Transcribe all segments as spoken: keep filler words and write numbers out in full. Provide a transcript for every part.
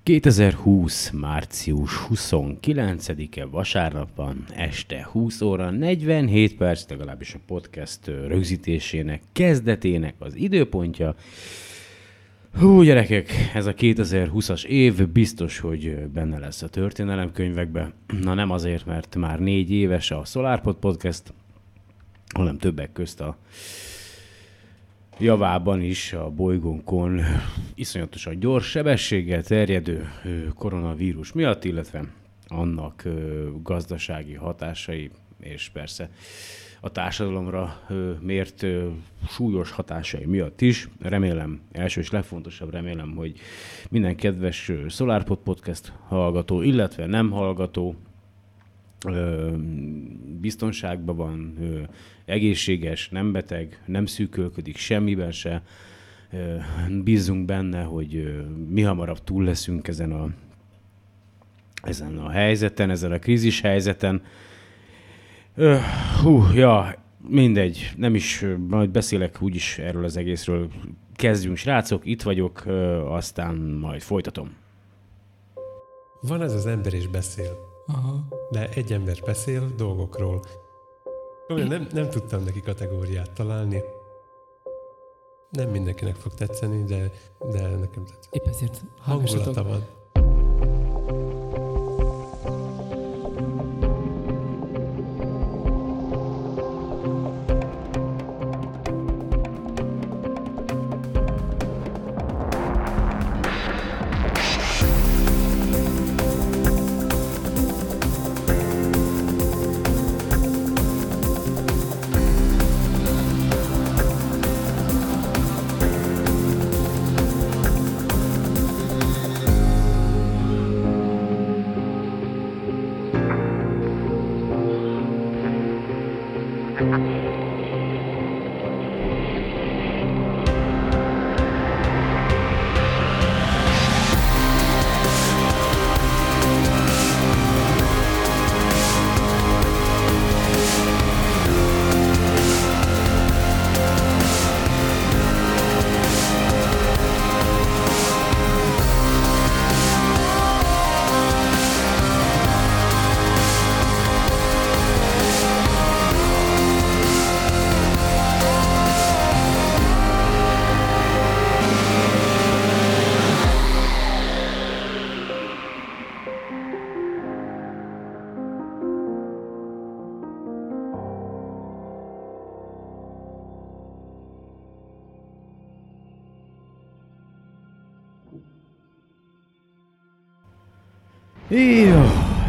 kétezer-húsz. március huszonkilencedike vasárnap van, este húsz óra negyvenhét perc, legalábbis a podcast rögzítésének, kezdetének az időpontja. Hú, gyerekek, ez a kétezer-húszas év biztos, hogy benne lesz a történelemkönyvekbe. Na nem azért, mert már négy éves a SolarPod Podcast, hanem többek közt a javában is a bolygónkon iszonyatosan gyors sebességgel terjedő koronavírus miatt, illetve annak gazdasági hatásai és persze a társadalomra mért súlyos hatásai miatt is. Remélem, első és legfontosabb remélem, hogy minden kedves SolarPod Podcast hallgató, illetve nem hallgató biztonságban van, egészséges, nem beteg, nem szűkölködik semmiben se. Bízzunk benne, hogy mi hamarabb túl leszünk ezen a, ezen a helyzeten, ezen a krízis helyzeten. Hú, ja, mindegy, nem is, majd beszélek úgyis erről az egészről. Kezdjünk, srácok, itt vagyok, aztán majd folytatom. Van ez az ember is beszél. Aha. De egy ember beszél dolgokról. Nem, nem tudtam neki kategóriát találni. Nem mindenkinek fog tetszeni, de, de nekem tetszik. Épp ezért hangulata van. Jó.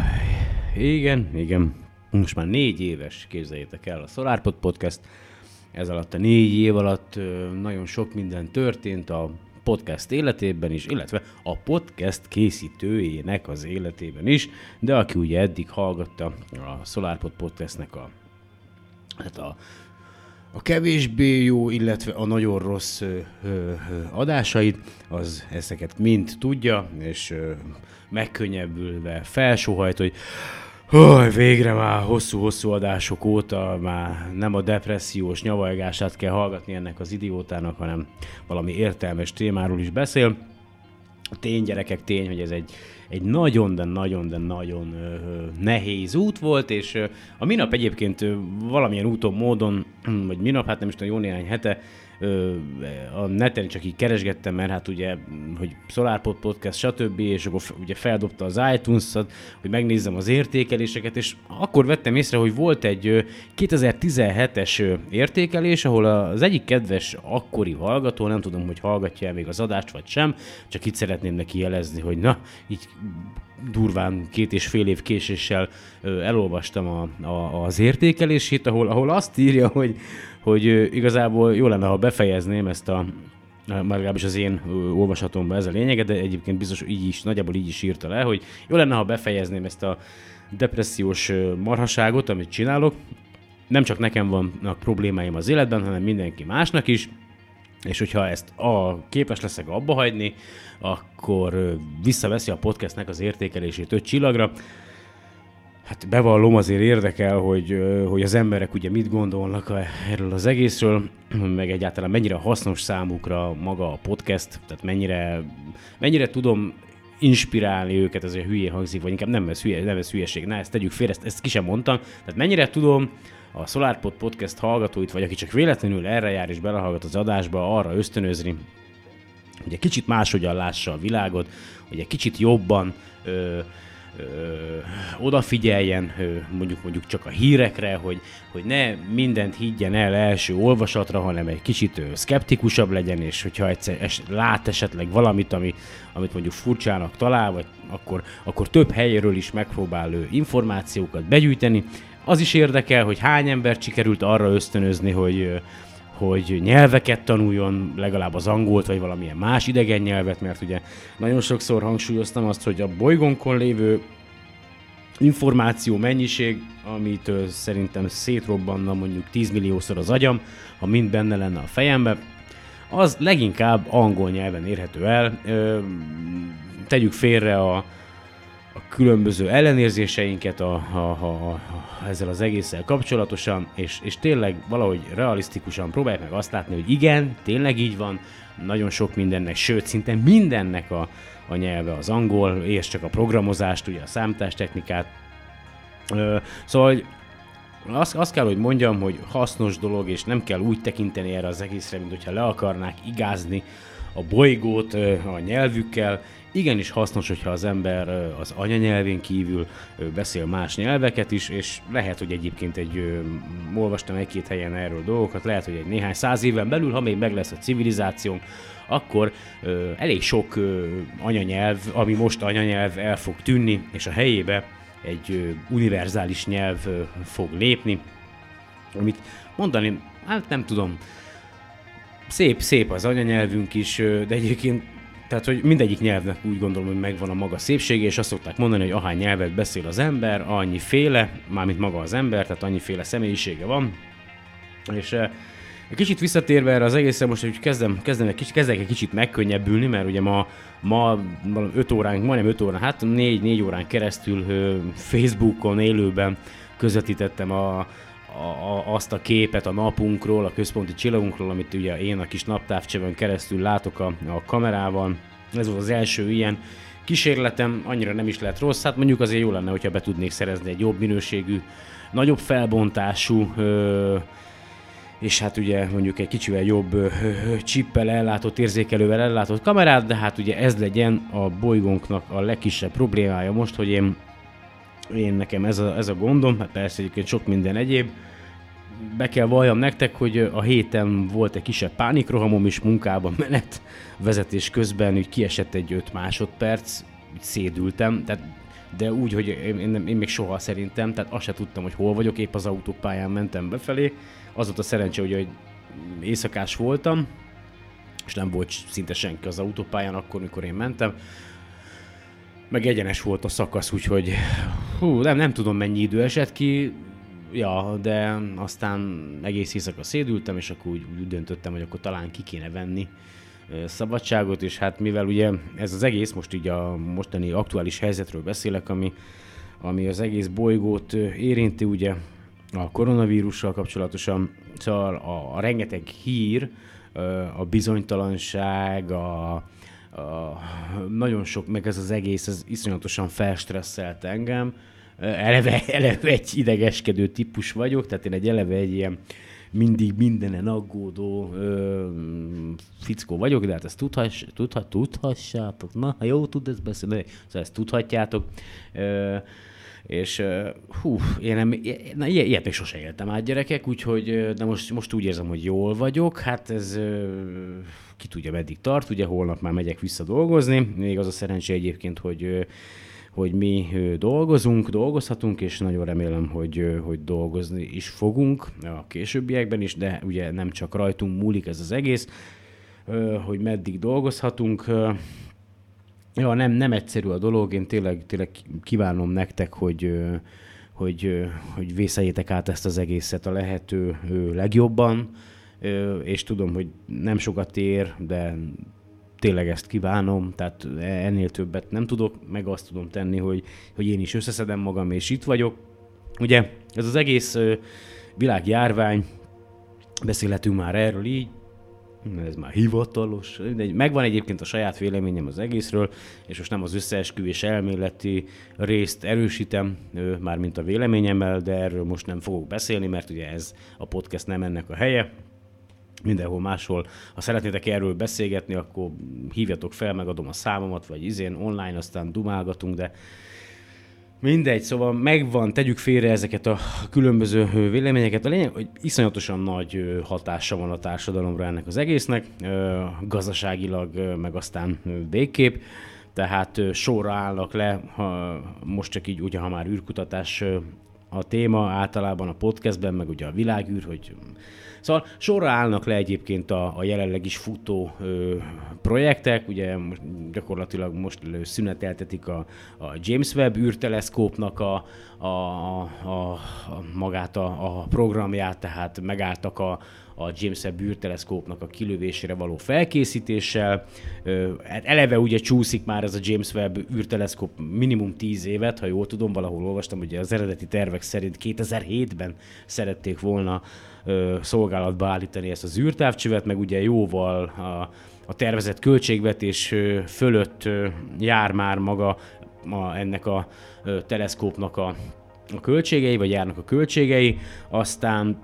Igen, igen. Most már négy éves, képzeljétek el, a SolarPod Podcast. Ez alatt a négy év alatt nagyon sok minden történt a podcast életében is, illetve a podcast készítőjének az életében is, de aki ugye eddig hallgatta a SolarPod Podcastnek a, hát a, a kevésbé jó, illetve a nagyon rossz ö, ö, adásait, az ezeket mind tudja, és ö, megkönnyebbülve felsohajt, hogy oh, végre már hosszú-hosszú adások óta már nem a depressziós nyavalgását kell hallgatni ennek az idiótának, hanem valami értelmes témáról is beszél. Tény, gyerekek, tény, hogy ez egy, egy nagyon, de nagyon, de nagyon ö, nehéz út volt, és ö, a minap egyébként ö, valamilyen úton, módon, vagy minap, hát nem is tudom, jó néhány hete, ö, a neten csak így keresgettem, mert hát ugye, hogy SolarPod Podcast, stb., és akkor ugye feldobta az iTunes-ot, hogy megnézzem az értékeléseket, és akkor vettem észre, hogy volt egy ö, kétezer-tizenhetes ö, értékelés, ahol az egyik kedves akkori hallgató, nem tudom, hogy hallgatja még az adást, vagy sem, csak itt szeretném neki jelezni, hogy na, így durván két és fél év késéssel ö, elolvastam a, a, az értékelését, ahol, ahol azt írja, hogy, hogy ö, igazából jó lenne, ha befejezném ezt a, már legalábbis az én ö, olvasatomban ez a lényege, de egyébként biztos így is, nagyjából így is írta le, hogy jó lenne, ha befejezném ezt a depressziós ö, marhaságot, amit csinálok. Nem csak nekem vannak problémáim az életben, hanem mindenki másnak is. És hogyha ezt a képes leszek abba hagyni, akkor visszaveszi a podcastnek az értékelését öt csillagra. Hát bevallom, azért érdekel, hogy, hogy az emberek ugye mit gondolnak erről az egészről, meg egyáltalán mennyire hasznos számukra maga a podcast, tehát mennyire, mennyire tudom inspirálni őket, ez olyan hülyén hangzik, vagy inkább nem ez, hülye, nem ez hülyeség, na ezt tegyük félre, ezt, ezt ki sem mondtam. Tehát mennyire tudom a SolarPod podcast hallgatóit, vagy aki csak véletlenül erre jár és belehallgat az adásba, arra ösztönözni, hogy egy kicsit máshogyan lássa a világot, hogy egy kicsit jobban ö, ö, odafigyeljen ö, mondjuk, mondjuk csak a hírekre, hogy, hogy ne mindent higgyen el első olvasatra, hanem egy kicsit ö, szkeptikusabb legyen, és hogyha egyszer es, lát esetleg valamit, ami, amit mondjuk furcsának talál, vagy akkor, akkor több helyről is megpróbál ö, információkat begyűjteni. Az is érdekel, hogy hány embert sikerült arra ösztönözni, hogy ö, hogy nyelveket tanuljon, legalább az angolt, vagy valamilyen más idegen nyelvet, mert ugye nagyon sokszor hangsúlyoztam azt, hogy a bolygónkon lévő információ mennyiség, amitől szerintem szétrobbanna mondjuk tízmilliószor az agyam, ha mind benne lenne a fejembe, az leginkább angol nyelven érhető el. Ö, tegyük félre a, a különböző ellenérzéseinket a, a, a, a, ezzel az egésszel kapcsolatosan, és, és tényleg valahogy realisztikusan próbálják meg azt látni, hogy igen, tényleg így van, nagyon sok mindennek, sőt, szinte mindennek a, a nyelve az angol, és csak a programozást, ugye a számítástechnikát. Ö, szóval hogy azt, azt kell, hogy mondjam, hogy hasznos dolog, és nem kell úgy tekinteni erre az egészre, mint hogyha le akarnák igázni a bolygót ö, a nyelvükkel. Igenis hasznos, hogyha az ember az anyanyelvén kívül beszél más nyelveket is, és lehet, hogy egyébként egy, olvastam egy-két helyen erről dolgokat, lehet, hogy egy néhány száz éven belül, ha még meg lesz a civilizációnk, akkor ö, elég sok ö, anyanyelv, ami most anyanyelv, el fog tűnni, és a helyébe egy ö, univerzális nyelv ö, fog lépni, amit mondani, hát nem tudom, szép, szép az anyanyelvünk is, de egyébként tehát, hogy mindegyik nyelvnek úgy gondolom, hogy megvan a maga szépsége, és azt szokták mondani, hogy ahány nyelvet beszél az ember, annyiféle, mármint maga az ember, tehát annyiféle személyisége van. És eh, egy kicsit visszatérve erre az egészen, most hogy kezdem, kezdem egy kicsit, kezdek egy kicsit megkönnyebbülni, mert ugye ma, ma öt órán, majdnem öt órán, hát négy órán keresztül eh, Facebookon élőben közvetítettem a A, a, azt a képet a napunkról, a központi csillagunkról, amit ugye én a kis naptávcsövön keresztül látok a, a kamerával. Ez volt az első ilyen kísérletem, annyira nem is lett rossz, hát mondjuk azért jó lenne, hogyha be tudnék szerezni egy jobb minőségű, nagyobb felbontású, ö, és hát ugye mondjuk egy kicsivel jobb ö, csippel ellátott, érzékelővel ellátott kamerát, de hát ugye ez legyen a bolygónknak a legkisebb problémája most, hogy én Én nekem ez a, ez a gondom, hát persze egyébként sok minden egyéb. Be kell valljam nektek, hogy a héten volt egy kisebb pánikrohamom is munkában menet vezetés közben, hogy kiesett egy öt másodperc, szédültem, tehát, de úgy, hogy én, én, én még soha szerintem, tehát azt se tudtam, hogy hol vagyok, épp az autópályán mentem befelé. Az volt a szerencse, hogy éjszakás voltam, és nem volt szinte senki az autópályán akkor, mikor én mentem. Meg egyenes volt a szakasz, úgyhogy hú, nem, nem tudom mennyi idő esett ki, ja, de aztán egész éjszaka szédültem, és akkor úgy, úgy döntöttem, hogy akkor talán ki kéne venni szabadságot, és hát mivel ugye ez az egész, most így a mostani aktuális helyzetről beszélek, ami, ami az egész bolygót érinti, ugye a koronavírussal kapcsolatosan, szóval a, a rengeteg hír, a bizonytalanság, a Uh, nagyon sok, meg ez az egész, ez iszonyatosan felstresszelt engem. Uh, eleve, eleve egy idegeskedő típus vagyok, tehát én egy eleve egy ilyen mindig mindenen aggódó uh, fickó vagyok, de hát ezt tudhass, tudhat, tudhassátok, na, jó, tud ezt beszélni, szóval ezt tudhatjátok. Uh, és uh, hú, én nem, na, ilyet, ilyet még sose éltem át, gyerekek, úgyhogy, de most, most úgy érzem, hogy jól vagyok, hát ez uh, ki tudja meddig tart, ugye holnap már megyek vissza dolgozni, még az a szerencsé egyébként, hogy, uh, hogy mi uh, dolgozunk, dolgozhatunk, és nagyon remélem, hogy, uh, hogy dolgozni is fogunk a későbbiekben is, de ugye nem csak rajtunk múlik ez az egész, uh, hogy meddig dolgozhatunk. Uh, Ja, nem, nem egyszerű a dolog, én tényleg, tényleg kívánom nektek, hogy, hogy, hogy vészeljétek át ezt az egészet a lehető legjobban, és tudom, hogy nem sokat ér, de tényleg ezt kívánom, tehát ennél többet nem tudok, meg azt tudom tenni, hogy, hogy én is összeszedem magam, és itt vagyok. Ugye ez az egész világjárvány, beszélhetünk már erről így, ez már hivatalos, megvan egyébként a saját véleményem az egészről, és most nem az összeesküvés elméleti részt erősítem, mármint a véleményemmel, de erről most nem fogok beszélni, mert ugye ez a podcast nem ennek a helye. Mindenhol máshol, ha szeretnétek erről beszélgetni, akkor hívjatok fel, megadom a számomat, vagy izén online, aztán dumálgatunk, de mindegy, szóval megvan, tegyük félre ezeket a különböző véleményeket. A lényeg, hogy iszonyatosan nagy hatása van a társadalomra ennek az egésznek, gazdaságilag, meg aztán végképp. Tehát sorra állnak le, ha most csak így, ugye, ha már űrkutatás a téma általában a podcastben, meg ugye a világűr, hogy... Szóval sorra állnak le egyébként a, a jelenleg is futó ö, projektek, ugye most, gyakorlatilag most szüneteltetik a, a James Webb űrteleszkópnak a, a, a, a, a magát a, a programját, tehát megálltak a, a James Webb űrteleszkópnak a kilövésére való felkészítéssel. Ö, eleve ugye csúszik már ez a James Webb űrteleszkóp minimum tíz évet, ha jól tudom, valahol olvastam, hogy az eredeti tervek szerint kétezer-hétben szerették volna ö, szolgálatba állítani ezt az űrtávcsövet, meg ugye jóval a, a tervezett költségvetés ö, fölött ö, jár már maga a, ennek a ö, teleszkópnak a, a költségei, vagy járnak a költségei, aztán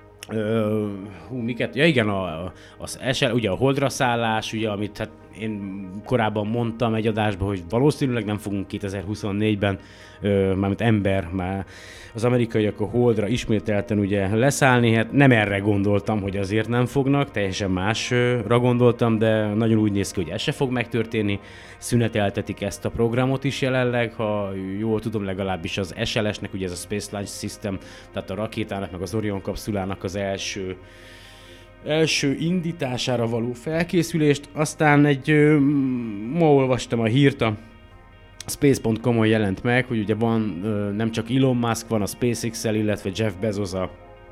Uh, hú, miket? Ja igen, a, az es el, ugye a holdra szállás, ugye, amit hát én korábban mondtam egy adásban, hogy valószínűleg nem fogunk kétezer-huszonnégyben, uh, mármint ember, már az amerikaiak a holdra ismételten ugye leszállni, hát nem erre gondoltam, hogy azért nem fognak, teljesen másra gondoltam, de nagyon úgy néz ki, hogy ez se fog megtörténni, szüneteltetik ezt a programot is jelenleg, ha jól tudom, legalábbis az es el es-nek, ugye ez a Space Launch System, tehát a rakétának, meg az Orion kapszulának az első első indítására való felkészülést, aztán egy, ö, ma olvastam a hírt, a space pont com-on jelent meg, hogy ugye van, ö, nem csak Elon Musk van a SpaceX-el, illetve Jeff Bezos a,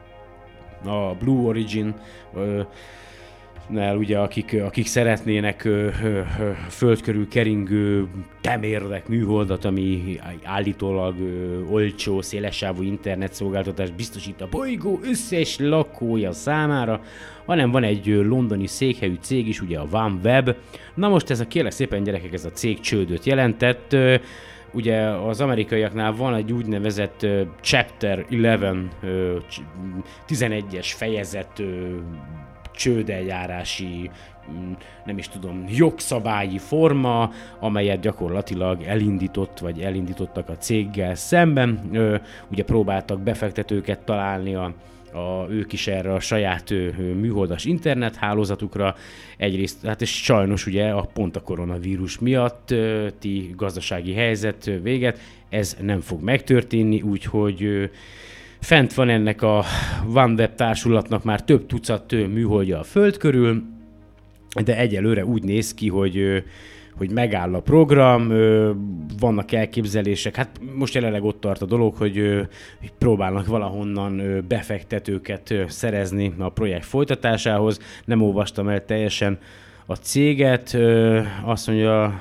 a Blue Origin, ö, nál, ugye, akik, akik szeretnének ö, ö, ö, föld körül keringő temérdek műholdat, ami állítólag ö, olcsó, szélessávú internetszolgáltatást biztosít a bolygó összes lakója számára, hanem van egy ö, londoni székhelyű cég is, ugye a OneWeb. Na most ez a kérlek szépen gyerekek, ez a cég csődöt jelentett. Ö, Ugye az amerikaiaknál van egy úgynevezett uh, Chapter tizenegy, uh, tizenegyes fejezet uh, csődeljárási, nem is tudom, jogszabályi forma, amelyet gyakorlatilag elindított, vagy elindítottak a céggel szemben. Ö, ugye próbáltak befektetőket találni a A, ők is erre a saját ö, műholdas internethálózatukra. Egyrészt, hát és sajnos ugye a, pont a koronavírus miatt ö, ti gazdasági helyzet ö, véget, ez nem fog megtörténni, úgyhogy ö, fent van ennek a OneWeb társulatnak már több tucat ö, műholdja a föld körül, de egyelőre úgy néz ki, hogy ö, hogy megáll a program, vannak elképzelések, hát most jelenleg ott tart a dolog, hogy próbálnak valahonnan befektetőket szerezni a projekt folytatásához. Nem olvastam el teljesen a céget, azt mondja,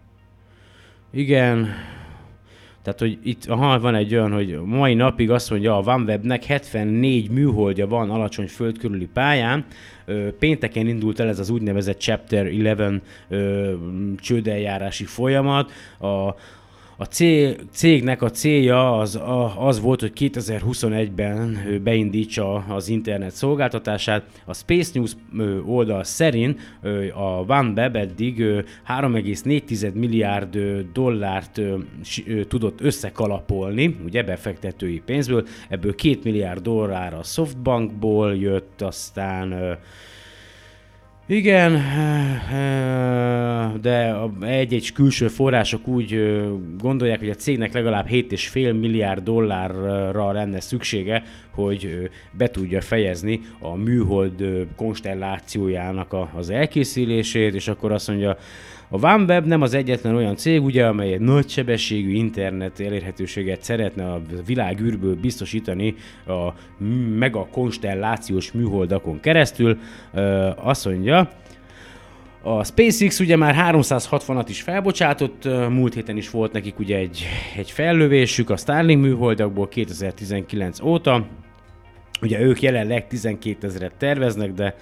igen, tehát, hogy itt aha, van egy olyan, hogy mai napig azt mondja, a OneWebnek hetvennégy műholdja van alacsony föld körüli pályán. Pénteken indult el ez az úgynevezett Chapter tizenegy ö, csődeljárási folyamat. A, a cég, cégnek a célja az, az volt, hogy kétezer-huszonegyben beindítsa az internet szolgáltatását. A Space News oldal szerint a OneWeb eddig három egész négy milliárd dollárt tudott összekalapolni, ugye befektetői pénzből, ebből két milliárd dollár a Softbankból jött, aztán igen, de egy-egy külső források úgy gondolják, hogy a cégnek legalább hét egész öt milliárd dollárra lenne szüksége, hogy be tudja fejezni a műhold konstellációjának az elkészülését, és akkor azt mondja, a OneWeb nem az egyetlen olyan cég, ugye, amely egy nagysebességű internet elérhetőséget szeretne a világűrből biztosítani a megakonstellációs műholdakon keresztül. Azt mondja, a SpaceX ugye már háromszázhatvanat is felbocsátott, múlt héten is volt nekik ugye egy, egy fellövésük a Starlink műholdakból kétezer-tizenkilenc óta. Ugye ők jelenleg tizenkétezret terveznek, de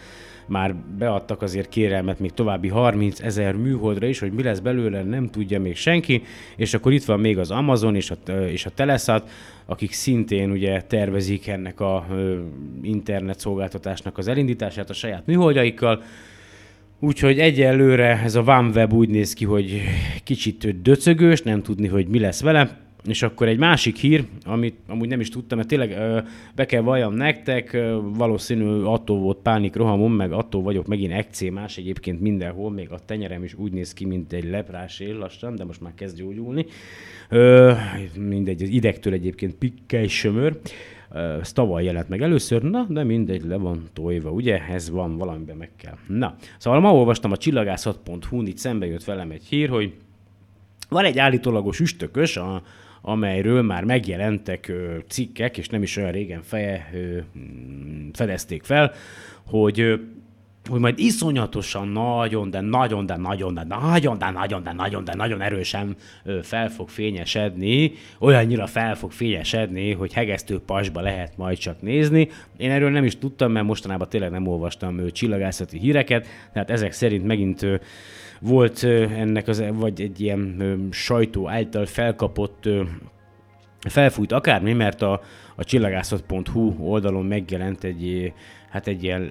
már beadtak azért kérelmet még további harmincezer műholdra is, hogy mi lesz belőle, nem tudja még senki, és akkor itt van még az Amazon és a, és a Telesat, akik szintén ugye tervezik ennek a ö, internet szolgáltatásnak az elindítását a saját műholdjaikkal. Úgyhogy egyelőre ez a OneWeb úgy néz ki, hogy kicsit döcögős, nem tudni, hogy mi lesz vele. És akkor egy másik hír, amit amúgy nem is tudtam, mert tényleg ö, be kell valljam nektek, ö, valószínű attól volt pánik rohamom, meg attól vagyok megint ekcémás egyébként mindenhol, még a tenyerem is úgy néz ki, mint egy leprás él lassan, de most már kezd gyógyulni. Ö, mindegy, az idegtől egyébként pikkely sömör. Ez tavaly jelent meg először, na, de mindegy, le van tojva, ugye? Ez van, valamiben meg kell. Na, szóval ma olvastam a csillagászat pont hu-n, itt szembe jött velem egy hír, hogy van egy állítólagos üstökös, a, amelyről már megjelentek ö, cikkek, és nem is olyan régen feje, ö, fedezték fel, hogy, ö, hogy majd iszonyatosan nagyon, de nagyon, de nagyon, de nagyon, de nagyon, de nagyon, de nagyon erősen ö, fel fog fényesedni, olyannyira fel fog fényesedni, hogy hegesztő pasba lehet majd csak nézni. Én erről nem is tudtam, mert mostanában tényleg nem olvastam ö, csillagászati híreket, tehát ezek szerint megint ö, volt ö, ennek az, vagy egy ilyen ö, sajtó által felkapott, ö, felfújt akármi, mert a, a csillagászat pont hu oldalon megjelent egy, hát egy ilyen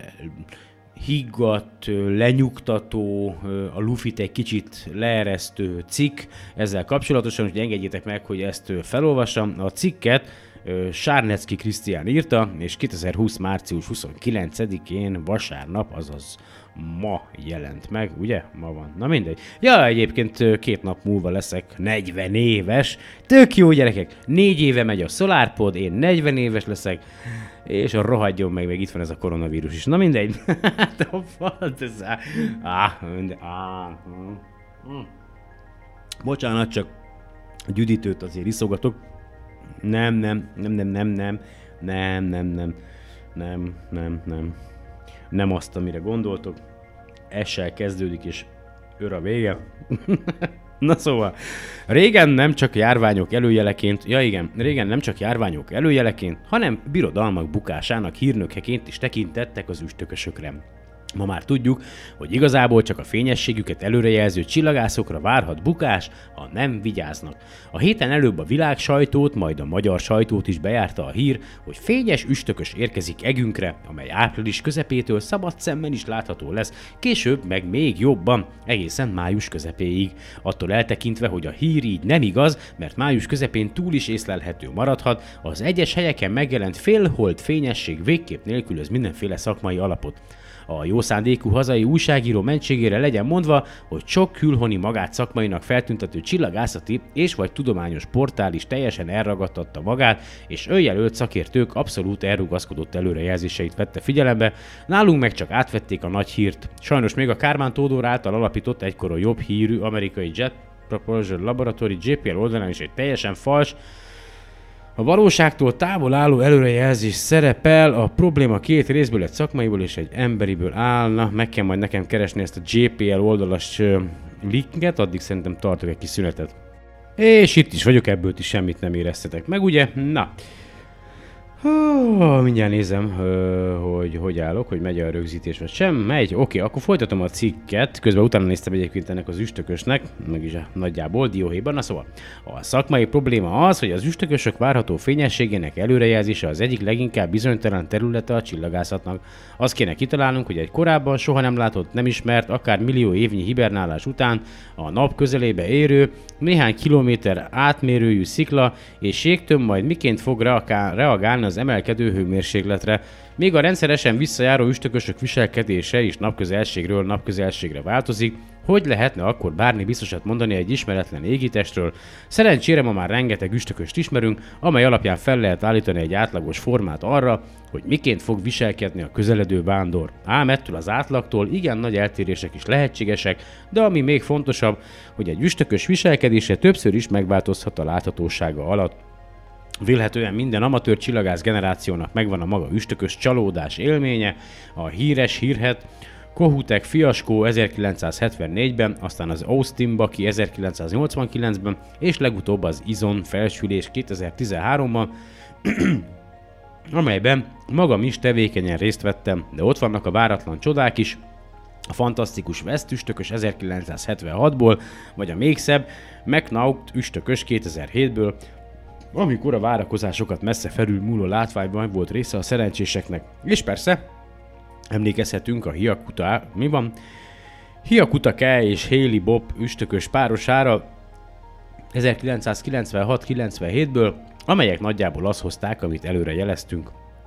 higgadt, lenyugtató, a lufit egy kicsit leeresztő cikk ezzel kapcsolatosan, úgyhogy engedjétek meg, hogy ezt felolvassam. A cikket Sárnecki Krisztián írta, és kétezer-húsz március huszonkilencedikén vasárnap, azaz ma jelent meg, ugye? Ma van. Na mindegy. Ja, egyébként két nap múlva leszek negyven éves. Tök jó, gyerekek! Négy éve megy a SolarPod, én negyven éves leszek, és a rohadjon meg, meg itt van ez a koronavírus is. Na mindegy. Hát a falat, ez á... Á, mindegy. Á, hm. Bocsánat, csak a gyüdítőt azért iszogatok. Nem, nem, nem, nem, nem, nem, nem, nem, nem, nem, nem, nem, nem azt, amire gondoltok. S-sel kezdődik, és ör a vége. Na szóval, régen nem csak járványok előjeleként, ja igen, régen nem csak járványok előjeleként, hanem birodalmak bukásának hírnökeként is tekintettek az üstökösökre. Ma már tudjuk, hogy igazából csak a fényességüket előrejelző csillagászokra várhat bukás, ha nem vigyáznak. A héten előbb a világ sajtót, majd a magyar sajtót is bejárta a hír, hogy fényes üstökös érkezik egünkre, amely április közepétől szabad szemmel is látható lesz, később meg még jobban, egészen május közepéig. Attól eltekintve, hogy a hír így nem igaz, mert május közepén túl is észlelhető maradhat, az egyes helyeken megjelent félhold fényesség végképp nélkülöz mindenféle szakmai alapot. A jó szándékú hazai újságíró mentségére legyen mondva, hogy sok külhoni magát szakmainak feltüntető csillagászati és vagy tudományos portál is teljesen elragadtatta magát, és önjelölt szakértők abszolút elrugaszkodott előrejelzéseit vette figyelembe, nálunk meg csak átvették a nagy hírt. Sajnos még a Kármán Tódor által alapított egykor a jobb hírű amerikai Jet Propulsion Laboratory J P L oldalán is egy teljesen fals, a valóságtól távol álló előrejelzés szerepel, a probléma két részből, egy szakmaiból és egy emberiből állna. Meg kell majd nekem keresni ezt a J P L oldalas uh, linket, addig szerintem tartok egy kis szünetet. És itt is vagyok, ebből is semmit nem éreztetek meg, ugye? Na. Oh, mindjárt nézem, hogy hogy állok, hogy megy a rögzítés, vagy sem. Megy, oké, akkor folytatom a cikket. Közben utána néztem egyébként ennek az üstökösnek, meg is a nagyjából dióhéjban. Na szóval, a szakmai probléma az, hogy az üstökösök várható fényességének előrejelzése az egyik leginkább bizonytalan területe a csillagászatnak. Azt kéne kitalálnunk, hogy egy korábban soha nem látott, nem ismert, akár millió évnyi hibernálás után a nap közelébe érő, néhány kilométer átmérőjű szikla és jégtömb majd miként fog reagálni az emelkedő hőmérsékletre, még a rendszeresen visszajáró üstökösök viselkedése is napközelségről napközelségre változik, hogy lehetne akkor bármi biztosat mondani egy ismeretlen égitestről. Szerencsére ma már rengeteg üstököst ismerünk, amely alapján fel lehet állítani egy átlagos formát arra, hogy miként fog viselkedni a közeledő vándor. Ám ettől az átlagtól igen nagy eltérések is lehetségesek, de ami még fontosabb, hogy egy üstökös viselkedése többször is megváltozhat a láthatósága alatt. Vélhetően minden amatőr csillagász generációnak megvan a maga üstökös csalódás élménye, a híres hírhet Kohoutek fiaskó ezerkilencszázhetvennégyben, aztán az Austin-baki ezerkilencszáznyolcvankilencben, és legutóbb az Izon felsülés kétezer-tizenháromban, amelyben magam is tevékenyen részt vettem, de ott vannak a váratlan csodák is, a fantasztikus West üstökös ezerkilencszázhetvenhatból, vagy a még szebb McNaught üstökös kétezer-hétből, amikor a várakozásokat messze felülmúló látványban volt része a szerencséseknek. És persze, emlékezhetünk a Hiakuta, mi van? Hiakuta Kei és Haley Bob üstökös párosára ezerkilencszázkilencvenhat-kilencvenhétből, amelyek nagyjából azt hozták, amit előre jeleztünk.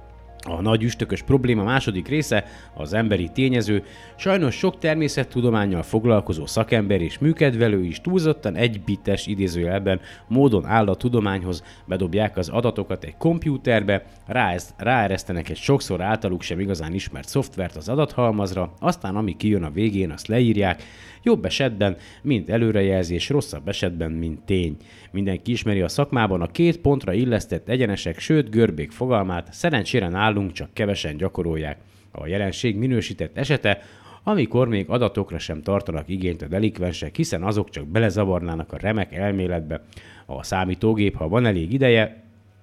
A nagy üstökös probléma második része, az emberi tényező, sajnos sok természettudománnyal foglalkozó szakember és műkedvelő is túlzottan egybites idézőjelben módon áll a tudományhoz, bedobják az adatokat egy kompjúterbe, ráeresztenek egy sokszor általuk sem igazán ismert szoftvert az adathalmazra, aztán ami kijön a végén, azt leírják, jobb esetben, mint előrejelzés, rosszabb esetben, mint tény. Mindenki ismeri a szakmában a két pontra illesztett egyenesek, sőt görbék fogalmát, szerencsére nálunk csak kevesen gyakorolják. A jelenség minősített esete, amikor még adatokra sem tartanak igényt a delikvensek, hiszen azok csak belezavarnának a remek elméletbe. A számítógép, ha van elég ideje,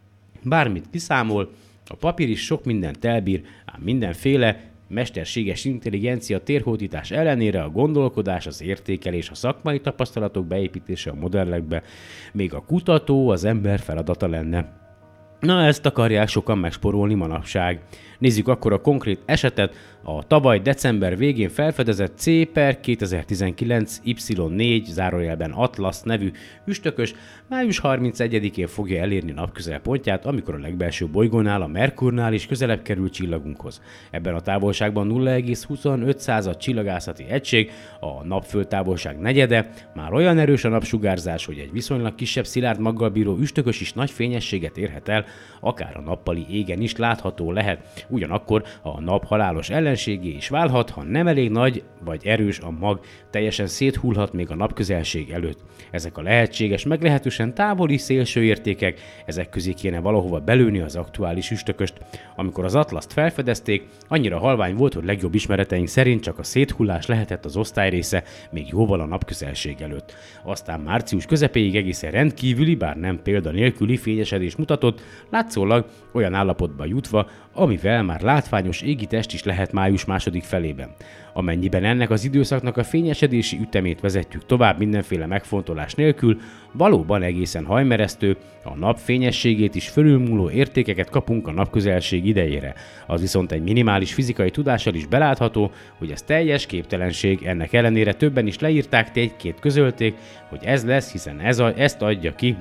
bármit kiszámol, a papír is sok mindent elbír, ám mindenféle mesterséges intelligencia térhódítás ellenére a gondolkodás, az értékelés, a szakmai tapasztalatok beépítése a modellekbe még a kutató az ember feladata lenne. Na, ezt akarják sokan megsporolni manapság. Nézzük akkor a konkrét esetet, a tavaly december végén felfedezett C per kétezer-tizenkilenc Y négy zárójelben Atlas nevű üstökös május harmincegyedikén fogja elérni napközelpontját, amikor a legbelső bolygónál, a Merkurnál is közelebb kerül csillagunkhoz. Ebben a távolságban nulla egész huszonöt csillagászati egység, a napföldtávolság negyede, már olyan erős a napsugárzás, hogy egy viszonylag kisebb szilárd maggal bíró üstökös is nagy fényességet érhet el, akár a nappali égen is látható lehet. Ugyanakkor a nap halálos ellenségé is válhat, ha nem elég nagy vagy erős a mag, teljesen széthullhat még a napközelség előtt. Ezek a lehetséges, meglehetősen távoli szélső értékek, ezek közé kéne valahova belőni az aktuális üstököst. Amikor az Atlaszt felfedezték, annyira halvány volt, hogy legjobb ismereteink szerint csak a széthullás lehetett az osztályrésze, még jóval a napközelség előtt. Aztán március közepéig egészen rendkívüli, bár nem példa nélküli fényesedés mutatott, látszólag olyan állapotba jutva, amivel már látványos égitest is lehet május második felében. Amennyiben ennek az időszaknak a fényesedési ütemét vezetjük tovább mindenféle megfontolás nélkül, valóban egészen hajmeresztő, a nap fényességét is fölülmúló értékeket kapunk a napközelség idejére. Az viszont egy minimális fizikai tudással is belátható, hogy ez teljes képtelenség, ennek ellenére többen is leírták, tétként közölték, hogy ez lesz, hiszen ez a, ezt adja ki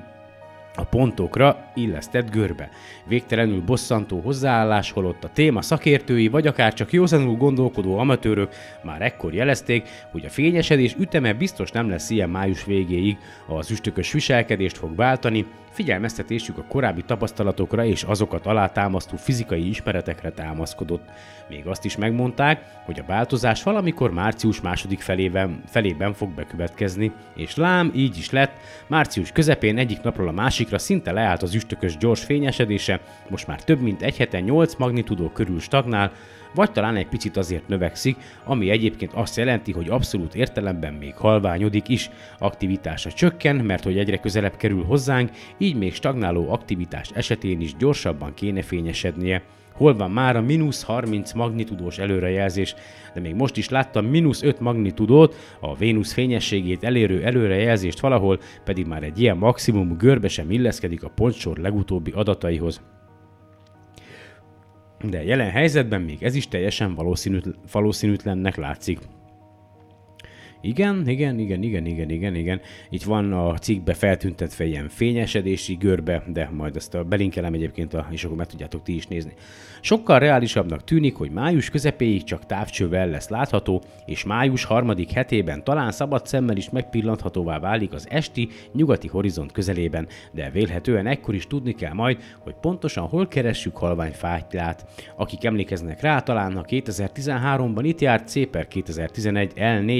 a pontokra illesztett görbe. Végtelenül bosszantó hozzáállás, holott a téma szakértői, vagy akár csak józanul gondolkodó amatőrök már ekkor jelezték, hogy a fényesedés üteme biztos nem lesz ilyen május végéig, az üstökös viselkedést fog váltani, figyelmeztetésük a korábbi tapasztalatokra és azokat alátámasztó fizikai ismeretekre támaszkodott. Még azt is megmondták, hogy a változás valamikor március második felében, felében fog bekövetkezni, és lám, így is lett, március közepén egyik napról a másikra szinte leállt az üstökös gyors fényesedése, most már több mint egy hete nyolc magnitudó körül stagnál, vagy talán egy picit azért növekszik, ami egyébként azt jelenti, hogy abszolút értelemben még halványodik is. Aktivitása csökken, mert hogy egyre közelebb kerül hozzánk, így még stagnáló aktivitás esetén is gyorsabban kéne fényesednie. Hol van már a mínusz harminc magnitudós előrejelzés, de még most is láttam mínusz öt magnitudót, a Vénusz fényességét elérő előrejelzést valahol, pedig már egy ilyen maximum görbe sem illeszkedik a pontsor legutóbbi adataihoz. De jelen helyzetben még ez is teljesen valószínűtlen, valószínűtlennek látszik. Igen, igen, igen, igen, igen, igen, igen. Itt van a cikkbe feltüntetve ilyen fényesedési görbe, de majd ezt a belinkelem egyébként, a, és akkor meg tudjátok ti is nézni. Sokkal reálisabbnak tűnik, hogy május közepéig csak távcsővel lesz látható, és május harmadik hetében talán szabad szemmel is megpillanthatóvá válik az esti nyugati horizont közelében, de vélhetően ekkor is tudni kell majd, hogy pontosan hol keressük halvány fátylát. Akik emlékeznek rá, talán a kétezer-tizenháromban itt járt C per kétezer-tizenegy L négy Pan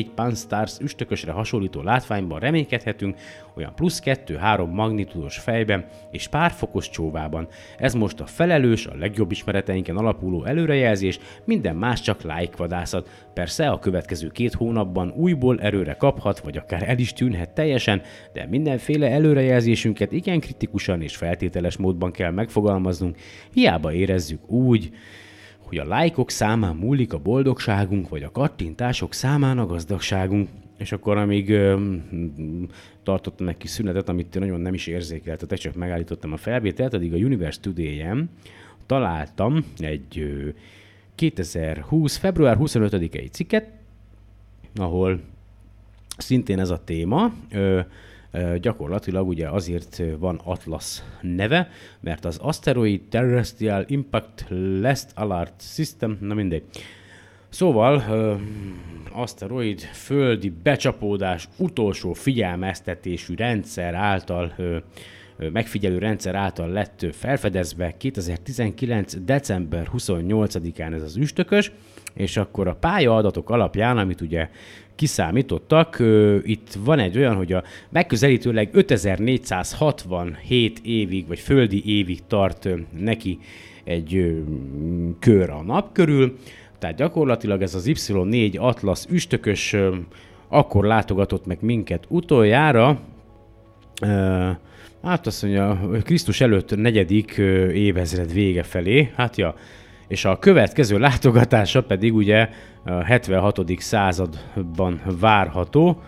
Stars üstökösre hasonlító látványban reménykedhetünk, olyan plusz kettő-három magnitudos fejben és pár fokos csóvában. Ez most a felelős, a legjobb ismereteinken alapuló előrejelzés, minden más csak lájkvadászat. Persze a következő két hónapban újból erőre kaphat, vagy akár el is tűnhet teljesen, de mindenféle előrejelzésünket igen kritikusan és feltételes módban kell megfogalmaznunk, hiába érezzük úgy, hogy a lájkok számán múlik a boldogságunk, vagy a kattintások számán a gazdagságunk. És akkor amíg ö, tartottam egy kis szünetet, amit nagyon nem is érzékeltetek, csak megállítottam a felvételt, addig a Universe Today-en találtam egy ö, kétezer-húsz. február huszonötödikei cikket, ahol szintén ez a téma, ö, ö, gyakorlatilag ugye azért van Atlas neve, mert az Asteroid Terrestrial Impact Last Alert System, na mindegy. Szóval, ö, aszteroid földi becsapódás utolsó figyelmeztetésű rendszer által, ö, ö, megfigyelő rendszer által lett felfedezve kétezer-tizenkilenc. december huszonnyolcadikán ez az üstökös, és akkor a pályaadatok alapján, amit ugye kiszámítottak, ö, itt van egy olyan, hogy a megközelítőleg ötezer-négyszázhatvanhét évig, vagy földi évig tart ö, neki egy ö, kör a nap körül. Tehát gyakorlatilag ez az Y négy Atlas üstökös ö, akkor látogatott meg minket utoljára, ö, hát azt mondja, Krisztus előtt negyedik ö, évezred vége felé, hát ja, és a következő látogatása pedig ugye a hetvenhatodik században várható.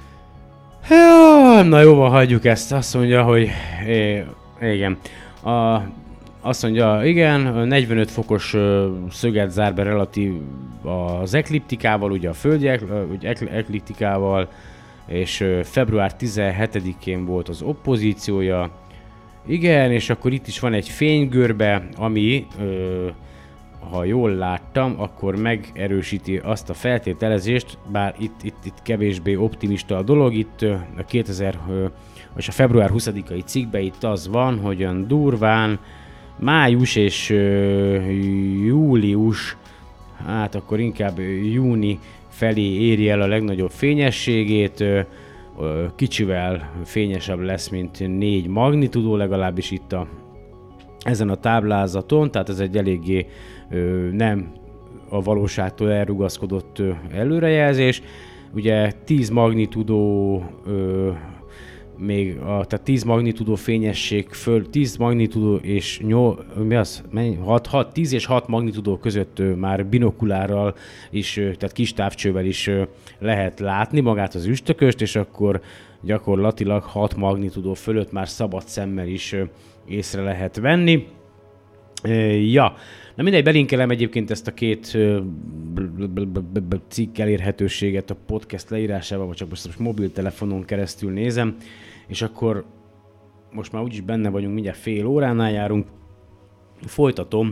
Ja, na jó, van, hagyjuk ezt, azt mondja, hogy é, igen, a Azt mondja, igen, negyvenöt fokos szöget zár be relatív az ekliptikával, ugye a földi ekliptikával, és február tizenhetedikén volt az oppozíciója. Igen, és akkor itt is van egy fénygörbe, ami, ha jól láttam, akkor megerősíti azt a feltételezést, bár itt, itt, itt kevésbé optimista a dolog, itt a kétezer, vagy a február huszadikai cikkben itt az van, hogy olyan durván május és uh, július, hát akkor inkább júni felé éri el a legnagyobb fényességét, uh, uh, kicsivel fényesebb lesz, mint négy magnitudó, legalábbis itt a, ezen a táblázaton, tehát ez egy eléggé uh, nem a valóságtól elrugaszkodott uh, előrejelzés. Ugye tíz magnitudó uh, még a, tehát tíz magnitudó fényesség föl, tíz magnitudó és nyolc, mi az? hat, hat, tíz és hat magnitudó között ö, már binokulárral is, ö, tehát kis távcsővel is ö, lehet látni magát az üstököst, és akkor gyakorlatilag hat magnitudó fölött már szabad szemmel is ö, észre lehet venni. Ö, ja, na mindegy, belinkelem egyébként ezt a két ö, cikk elérhetőséget a podcast leírásában, vagy csak most, most mobiltelefonon keresztül nézem, és akkor most már úgyis benne vagyunk, mindjárt fél óránál járunk. Folytatom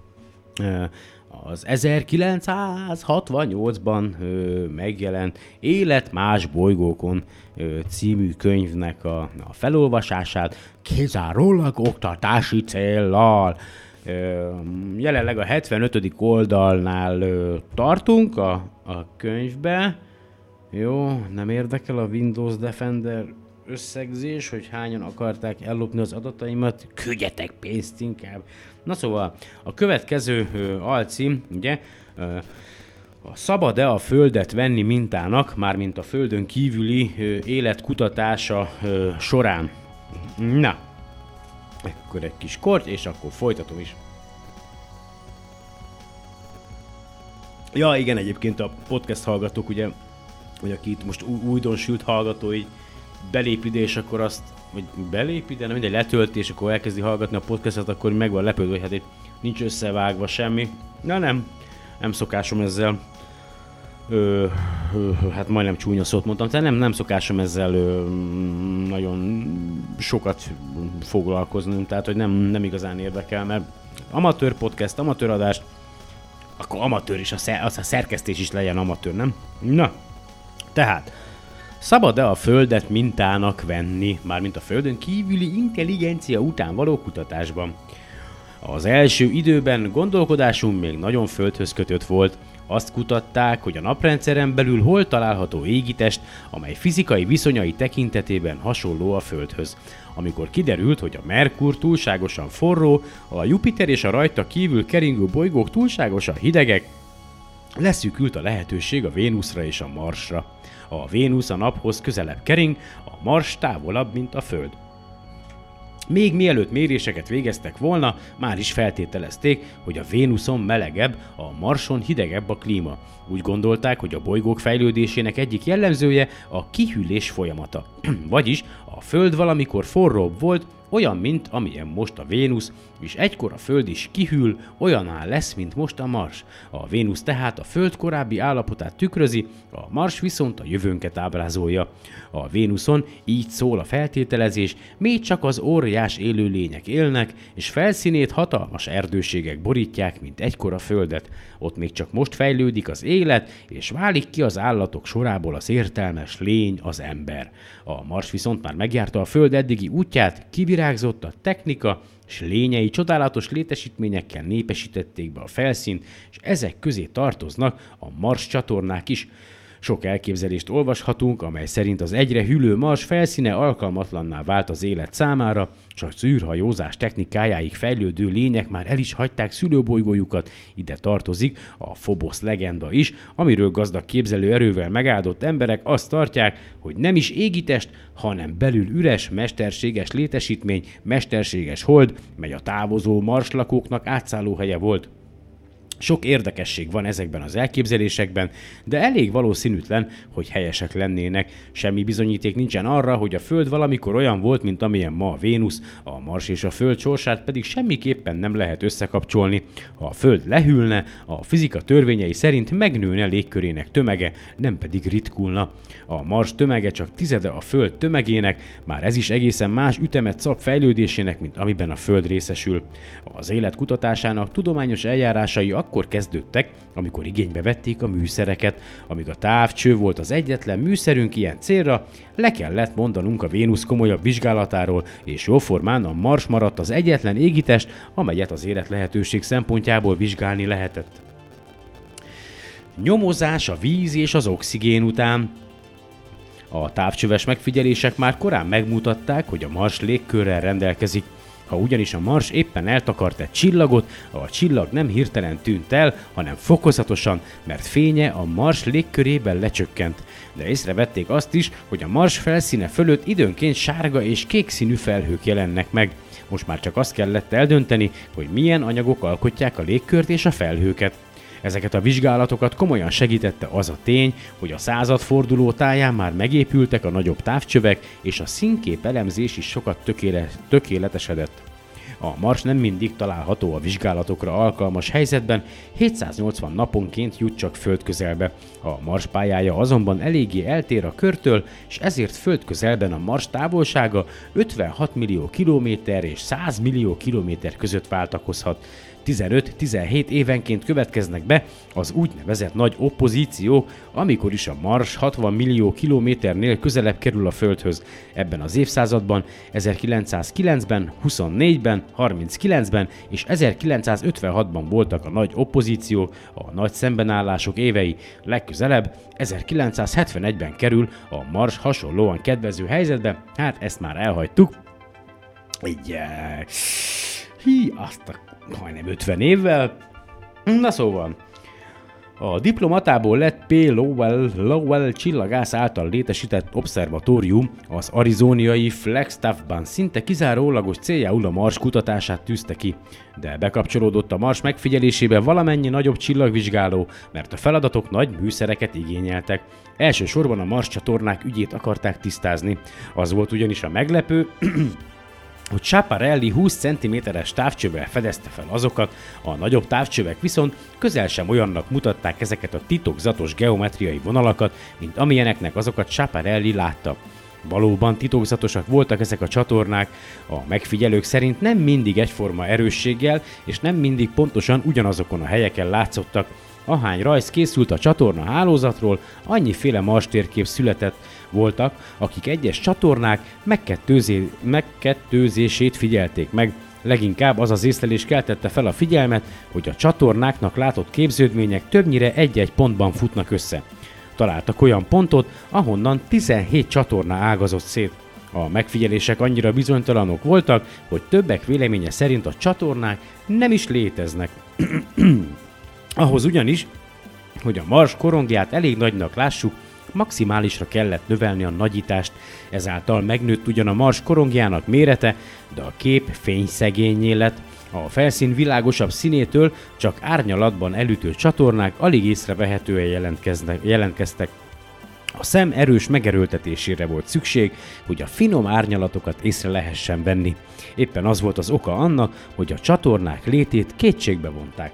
az ezerkilencszázhatvannyolcban megjelent Élet más bolygókon című könyvnek a, a felolvasását, kizárólag oktatási céllal. Jelenleg a hetvenötödik oldalnál tartunk a, a könyvbe. Jó, nem érdekel a Windows Defender összegzés, hogy hányan akarták ellopni az adataimat, küldjetek pénzt inkább. Na szóval, a következő ö, alcím, ugye, ö, a szabad-e a Földet venni mintának, mármint a Földön kívüli ö, élet kutatása ö, során. Na, akkor egy kis kort, és akkor folytatom is. Ja, igen, egyébként a podcast hallgatók, ugye, hogy aki itt most újdonsült hallgató, így belép ide, és akkor azt, vagy belép ide, nem mindegy, letölt, és akkor elkezdi hallgatni a podcastot, akkor meg van lepődve, hogy hát itt nincs összevágva semmi. Na nem, nem szokásom ezzel, ö, ö, hát majdnem csúnya szót mondtam, tehát nem, nem szokásom ezzel ö, nagyon sokat foglalkozni, tehát hogy nem, nem igazán érdekel, mert amatőr podcast, amatőr adást, akkor amatőr is, a, szer, az a szerkesztés is legyen amatőr, nem? Na, tehát, szabad-e a Földet mintának venni, mármint a Földön kívüli intelligencia után való kutatásban? Az első időben gondolkodásunk még nagyon földhöz kötött volt, Azt kutatták, hogy a naprendszeren belül hol található égitest, amely fizikai viszonyai tekintetében hasonló a Földhöz. Amikor kiderült, hogy a Merkur túlságosan forró, a Jupiter és a rajta kívül keringő bolygók túlságosan hidegek, leszűkült a lehetőség a Vénuszra és a Marsra. A Vénusz a naphoz közelebb kering, a Mars távolabb, mint a Föld. Még mielőtt méréseket végeztek volna, már is feltételezték, hogy a Vénuszon melegebb, a Marson hidegebb a klíma. Úgy gondolták, hogy a bolygók fejlődésének egyik jellemzője a kihűlés folyamata. Vagyis a Föld valamikor forróbb volt, olyan, mint amilyen most a Vénusz, és egykor a Föld is kihűl, olyaná lesz, mint most a Mars. A Vénusz tehát a Föld korábbi állapotát tükrözi, a Mars viszont a jövőnket ábrázolja. A Vénuszon így szól a feltételezés, még csak az óriás élőlények élnek, és felszínét hatalmas erdőségek borítják, mint egykor a Földet. Ott még csak most fejlődik az élet, és válik ki az állatok sorából az értelmes lény, az ember. A Mars viszont már megjárta a Föld eddigi útját, kivirágzott a technika, és lényei csodálatos létesítményekkel népesítették be a felszínt, és ezek közé tartoznak a Mars csatornák is. Sok elképzelést olvashatunk, amely szerint az egyre hűlő Mars felszíne alkalmatlanná vált az élet számára, és a űrhajózás technikájáig fejlődő lények már el is hagyták szülőbolygójukat, ide tartozik a Phobos legenda is, amiről gazdag képzelő erővel megáldott emberek azt tartják, hogy nem is égitest, hanem belül üres, mesterséges létesítmény, mesterséges hold, mely a távozó marslakóknak átszállóhelye volt. Sok érdekesség van ezekben az elképzelésekben, de elég valószínűtlen, hogy helyesek lennének. Semmi bizonyíték nincsen arra, hogy a Föld valamikor olyan volt, mint amilyen ma a Vénusz, a Mars és a Föld sorsát pedig semmiképpen nem lehet összekapcsolni. Ha a Föld lehűlne, a fizika törvényei szerint megnőne légkörének tömege, nem pedig ritkulna. A Mars tömege csak tizede a Föld tömegének, már ez is egészen más ütemet szab fejlődésének, mint amiben a Föld részesül. Az élet kutatásának tudományos eljárásai akkor kezdődtek, amikor igénybe vették a műszereket. Amíg a távcső volt az egyetlen műszerünk ilyen célra, le kellett mondanunk a Vénusz komolyabb vizsgálatáról, és jóformán a Mars maradt az egyetlen égitest, amelyet az élet lehetőség szempontjából vizsgálni lehetett. Nyomozás a víz és az oxigén után. A távcsöves megfigyelések már korán megmutatták, hogy a Mars légkörrel rendelkezik. Ha ugyanis a Mars éppen eltakart egy csillagot, a csillag nem hirtelen tűnt el, hanem fokozatosan, mert fénye a Mars légkörében lecsökkent. De észrevették azt is, hogy a Mars felszíne fölött időnként sárga és kék színű felhők jelennek meg. Most már csak azt kellett eldönteni, hogy milyen anyagok alkotják a légkört és a felhőket. Ezeket a vizsgálatokat komolyan segítette az a tény, hogy a századforduló táján már megépültek a nagyobb távcsövek, és a színkép elemzés is sokat tökéle- tökéletesedett. A Mars nem mindig található a vizsgálatokra alkalmas helyzetben, hétszáznyolcvan naponként jut csak földközelbe. A Mars pályája azonban eléggé eltér a körtől, és ezért földközelben a Mars távolsága ötvenhat millió kilométer és száz millió kilométer között váltakozhat. tizenöt-tizenhét évenként következnek be az úgynevezett nagy oppozíciók, amikor is a Mars hatvan millió kilométernél közelebb kerül a Földhöz. Ebben az évszázadban ezerkilencszázkilencben, huszonnégyben, harminckilencben és ezerkilencszázötvenhatban voltak a nagy oppozíciók, a nagy szembenállások évei. Legközelebb ezerkilencszázhetvenegyben kerül a Mars hasonlóan kedvező helyzetbe, hát ezt már elhagytuk. Így... Hí, azt a majdnem ötven évvel. Na szóval, a diplomatából lett P. Lowell, Lowell csillagász által létesített obszervatórium az arizóniai Flagstaffban szinte kizárólagos céljául a Mars kutatását tűzte ki. De bekapcsolódott a Mars megfigyelésébe valamennyi nagyobb csillagvizsgáló, mert a feladatok nagy műszereket igényeltek. Elsősorban a Mars csatornák ügyét akarták tisztázni. Az volt ugyanis a meglepő, hogy Schiaparelli húsz centiméteres távcsővel fedezte fel azokat, a nagyobb távcsövek viszont közel sem olyannak mutatták ezeket a titokzatos geometriai vonalakat, mint amilyeneknek azokat Schiaparelli látta. Valóban titokzatosak voltak ezek a csatornák, a megfigyelők szerint nem mindig egyforma erősséggel, és nem mindig pontosan ugyanazokon a helyeken látszottak. Ahány rajz készült a csatorna hálózatról, annyiféle Mars térkép született. Voltak, akik egyes csatornák megkettőzé- megkettőzését figyelték meg. Leginkább az az észlelés keltette fel a figyelmet, hogy a csatornáknak látott képződmények többnyire egy-egy pontban futnak össze. Találtak olyan pontot, ahonnan tizenhét csatorna ágazott szét. A megfigyelések annyira bizonytalanok voltak, hogy többek véleménye szerint a csatornák nem is léteznek. Ahhoz ugyanis, hogy a Mars korongját elég nagynak lássuk, maximálisra kellett növelni a nagyítást, ezáltal megnőtt ugyan a Mars korongjának mérete, de a kép fényszegénnyé lett, a felszín világosabb színétől csak árnyalatban elütő csatornák alig észrevehetően jelentkeztek. A szem erős megerőltetésére volt szükség, hogy a finom árnyalatokat észre lehessen venni. Éppen az volt az oka annak, hogy a csatornák létét kétségbe vonták.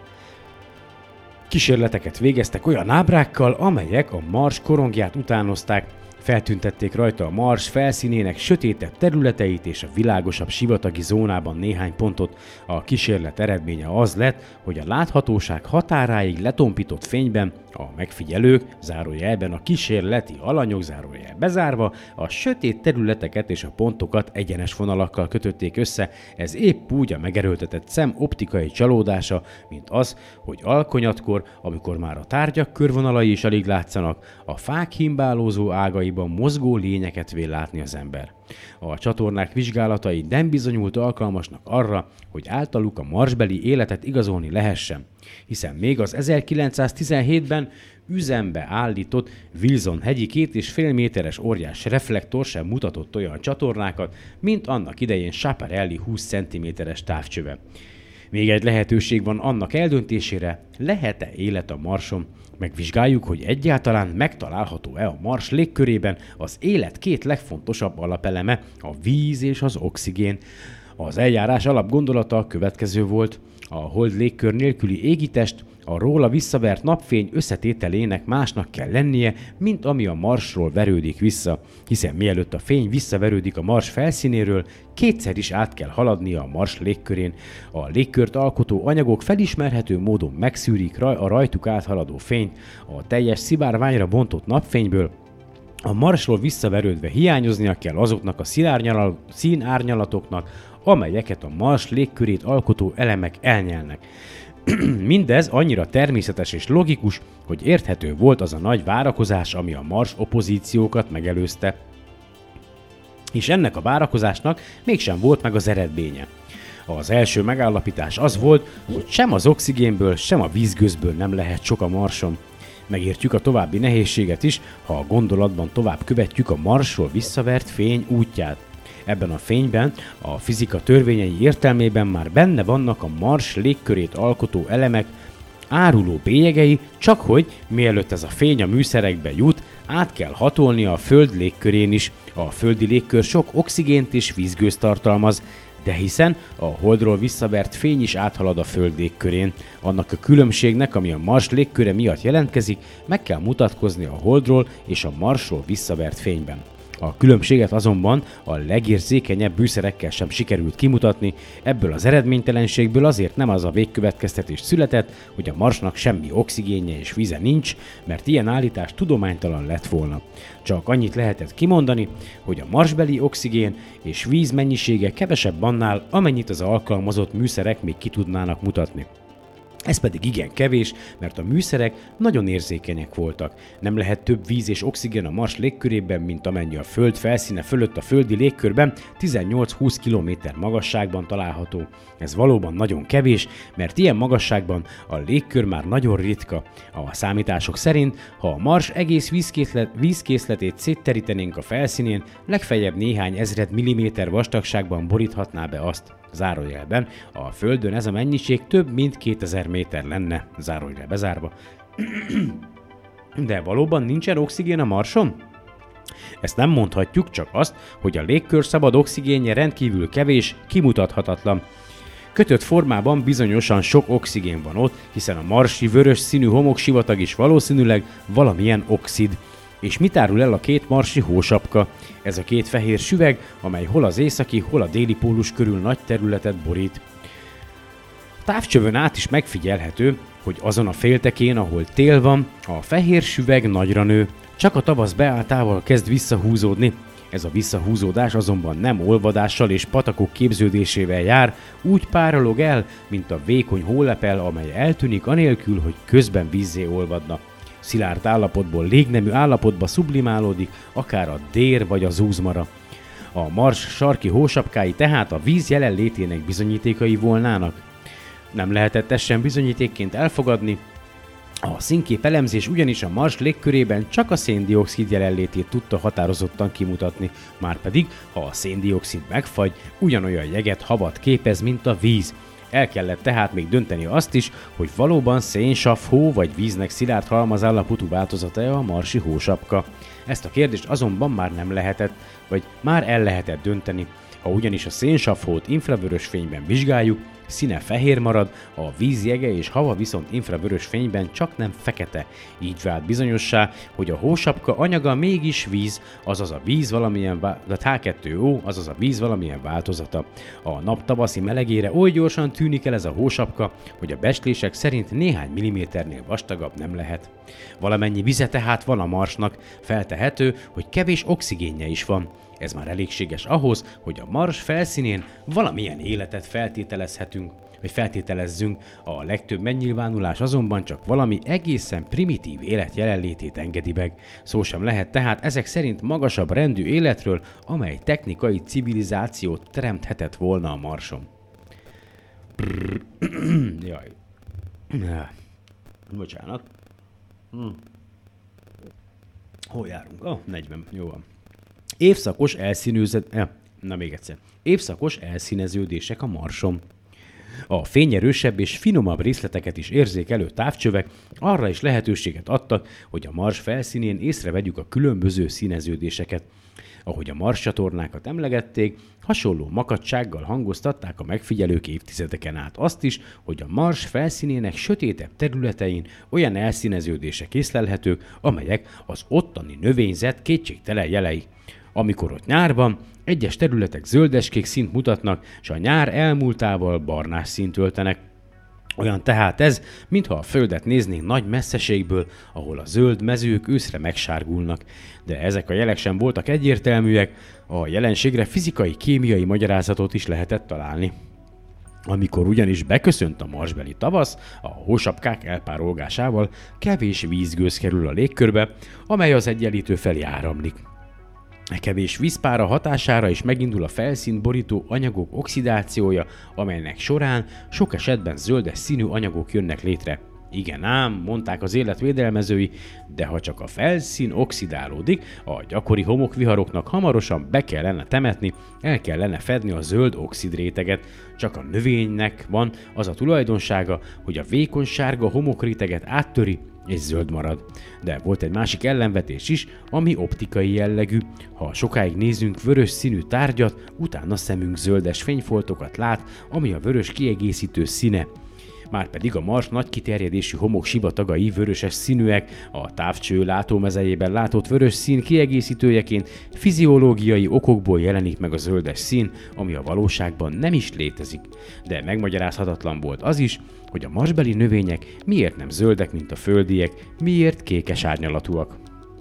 Kísérleteket végeztek olyan ábrákkal, amelyek a Mars korongját utánozták, feltüntették rajta a Mars felszínének sötétebb területeit és a világosabb sivatagi zónában néhány pontot. A kísérlet eredménye az lett, hogy a láthatóság határáig letompított fényben a megfigyelők, zárójelben a kísérleti alanyok, zárójel bezárva, a sötét területeket és a pontokat egyenes vonalakkal kötötték össze, ez épp úgy a megerőltetett szem optikai csalódása, mint az, hogy alkonyatkor, amikor már a tárgyak körvonalai is alig látszanak, a fák himbálózó ágaiban mozgó lényeket vél látni az ember. A csatornák vizsgálatai nem bizonyult alkalmasnak arra, hogy általuk a marsbeli életet igazolni lehessen, hiszen még az ezerkilencszáztizenhétben üzembe állított Wilson hegyi két és fél méteres óriás reflektor sem mutatott olyan csatornákat, mint annak idején Schiaparelli húsz centiméteres távcsöve. Még egy lehetőség van annak eldöntésére, lehet-e élet a Marson. Megvizsgáljuk, hogy egyáltalán megtalálható-e a Mars légkörében az élet két legfontosabb alapeleme, a víz és az oxigén. Az eljárás alapgondolata a következő volt. A hold légkör nélküli égitest a róla visszavert napfény összetételének másnak kell lennie, mint ami a Marsról verődik vissza, hiszen mielőtt a fény visszaverődik a Mars felszínéről, kétszer is át kell haladnia a Mars légkörén. A légkört alkotó anyagok felismerhető módon megszűrik a rajtuk áthaladó fényt, a teljes szivárványra bontott napfényből a Marsról visszaverődve hiányoznia kell azoknak a színárnyalatoknak, amelyeket a Mars légkörét alkotó elemek elnyelnek. Mindez annyira természetes és logikus, hogy érthető volt az a nagy várakozás, ami a Mars opozíciókat megelőzte. És ennek a várakozásnak mégsem volt meg az eredménye. Az első megállapítás az volt, hogy sem az oxigénből, sem a vízgőzből nem lehet sok a Marson. Megértjük a további nehézséget is, ha a gondolatban tovább követjük a Marsról visszavert fény útját. Ebben a fényben, a fizika törvényei értelmében már benne vannak a Mars légkörét alkotó elemek áruló bélyegei, csak hogy mielőtt ez a fény a műszerekbe jut, át kell hatolnia a Föld légkörén is. A földi légkör sok oxigént és vízgőzt tartalmaz, de hiszen a Holdról visszavert fény is áthalad a Föld légkörén. Annak a különbségnek, ami a Mars légköre miatt jelentkezik, meg kell mutatkozni a Holdról és a Marsról visszavert fényben. A különbséget azonban a legérzékenyebb műszerekkel sem sikerült kimutatni, ebből az eredménytelenségből azért nem az a végkövetkeztetés született, hogy a Marsnak semmi oxigénje és víze nincs, mert ilyen állítás tudománytalan lett volna. Csak annyit lehetett kimondani, hogy a marsbeli oxigén és víz mennyisége kevesebb annál, amennyit az alkalmazott műszerek még ki tudnának mutatni. Ez pedig igen kevés, mert a műszerek nagyon érzékenyek voltak. Nem lehet több víz és oxigén a Mars légkörében, mint amennyi a Föld felszíne fölött a földi légkörben tizennyolc-húsz kilométer magasságban található. Ez valóban nagyon kevés, mert ilyen magasságban a légkör már nagyon ritka. A számítások szerint, ha a Mars egész vízkészlet, vízkészletét szétterítenénk a felszínén, legfeljebb néhány ezred milliméter vastagságban boríthatná be azt. Zárójelben, a Földön ez a mennyiség több mint kétezer méter lenne, zárójel bezárva. De valóban nincsen oxigén a Marson? Ezt nem mondhatjuk, csak azt, hogy a légkör szabad oxigénje rendkívül kevés, kimutathatatlan. Kötött formában bizonyosan sok oxigén van ott, hiszen a marsi vörös színű homoksivatag is valószínűleg valamilyen oxid. És mit árul el a két marsi hósapka? Ez a két fehér süveg, amely hol az északi, hol a déli pólus körül nagy területet borít. Távcsövön át is megfigyelhető, hogy azon a féltekén, ahol tél van, a fehér süveg nagyra nő, csak a tavasz beálltával kezd visszahúzódni. Ez a visszahúzódás azonban nem olvadással és patakok képződésével jár, úgy párolog el, mint a vékony hólepel, amely eltűnik anélkül, hogy közben vízzé olvadna. Szilárd állapotból légnemű állapotba sublimálódik, akár a dér vagy a zúzmara. A Mars sarki hósapkái tehát a víz jelenlétének bizonyítékai volnának. Nem lehetett ezt sem bizonyítékként elfogadni. A színkép elemzés ugyanis a Mars légkörében csak a széndioxid jelenlétét tudta határozottan kimutatni, márpedig, ha a széndioxid megfagy, ugyanolyan jeget, havat képez, mint a víz. El kellett tehát még dönteni azt is, hogy valóban szénsav, hó vagy víznek szilárd halmazállapotú változata-e a marsi hósapka. Ezt a kérdést azonban már nem lehetett, vagy már el lehetett dönteni. Ha ugyanis a szénsavhót infravörös fényben vizsgáljuk, színe fehér marad, a víz jege és hava viszont infravörös fényben csak nem fekete. Így vált bizonyossá, hogy a hósapka anyaga mégis víz, azaz a víz valamilyen vá- há kettő ó, azaz a víz valamilyen változata. A nap tavaszi melegére oly gyorsan tűnik el ez a hósapka, hogy a becslések szerint néhány milliméternél vastagabb nem lehet. Valamennyi vize tehát van a Marsnak, feltehető, hogy kevés oxigénje is van. Ez már elégséges ahhoz, hogy a Mars felszínén valamilyen életet feltételezhetünk, vagy feltételezzünk, a legtöbb megnyilvánulás azonban csak valami egészen primitív élet jelenlétét engedi meg. Szó sem lehet tehát ezek szerint magasabb rendű életről, amely technikai civilizációt teremthetett volna a Marson. Jaj. Bocsánat. Hm. Hol járunk? Ó, oh, negyven. Jó van. Évszakos elszínőzet... Eh, na még egyszer. Évszakos elszíneződések a Marson. A fényerősebb és finomabb részleteket is érzékelő távcsövek arra is lehetőséget adtak, hogy a Mars felszínén észrevegyük a különböző színeződéseket. Ahogy a Mars csatornákat emlegették, hasonló makacsággal hangoztatták a megfigyelők évtizedeken át azt is, hogy a Mars felszínének sötétebb területein olyan elszíneződések észlelhetők, amelyek az ottani növényzet kétségtelen jelei. Amikor ott nyár van, egyes területek zöldeskék színt mutatnak, és a nyár elmúltával barnás színt öltenek. Olyan tehát ez, mintha a Földet néznénk nagy messzeségből, ahol a zöld mezők őszre megsárgulnak. De ezek a jelek sem voltak egyértelműek, a jelenségre fizikai-kémiai magyarázatot is lehetett találni. Amikor ugyanis beköszönt a marsbeli tavasz, a hósapkák elpárolgásával kevés vízgőz kerül a légkörbe, amely az egyenlítő felé áramlik. E kevés vízpára hatására is megindul a felszínt borító anyagok oxidációja, amelynek során sok esetben zöldes színű anyagok jönnek létre. Igen ám, mondták az élet védelmezői, de ha csak a felszín oxidálódik, a gyakori homokviharoknak hamarosan be kellene temetni, el kellene fedni a zöld oxidréteget. Csak a növénynek van az a tulajdonsága, hogy a vékony sárga homokréteget áttöri, és zöld marad. De volt egy másik ellenvetés is, ami optikai jellegű. Ha sokáig nézünk vörös színű tárgyat, utána szemünk zöldes fényfoltokat lát, ami a vörös kiegészítő színe. Márpedig a Mars nagy kiterjedésű homok sivatagai vöröses színűek, a távcső látómezejében látott vörös szín kiegészítőjeként fiziológiai okokból jelenik meg a zöldes szín, ami a valóságban nem is létezik. De megmagyarázhatatlan volt az is, hogy a marsbeli növények miért nem zöldek, mint a földiek, miért kékes árnyalatúak.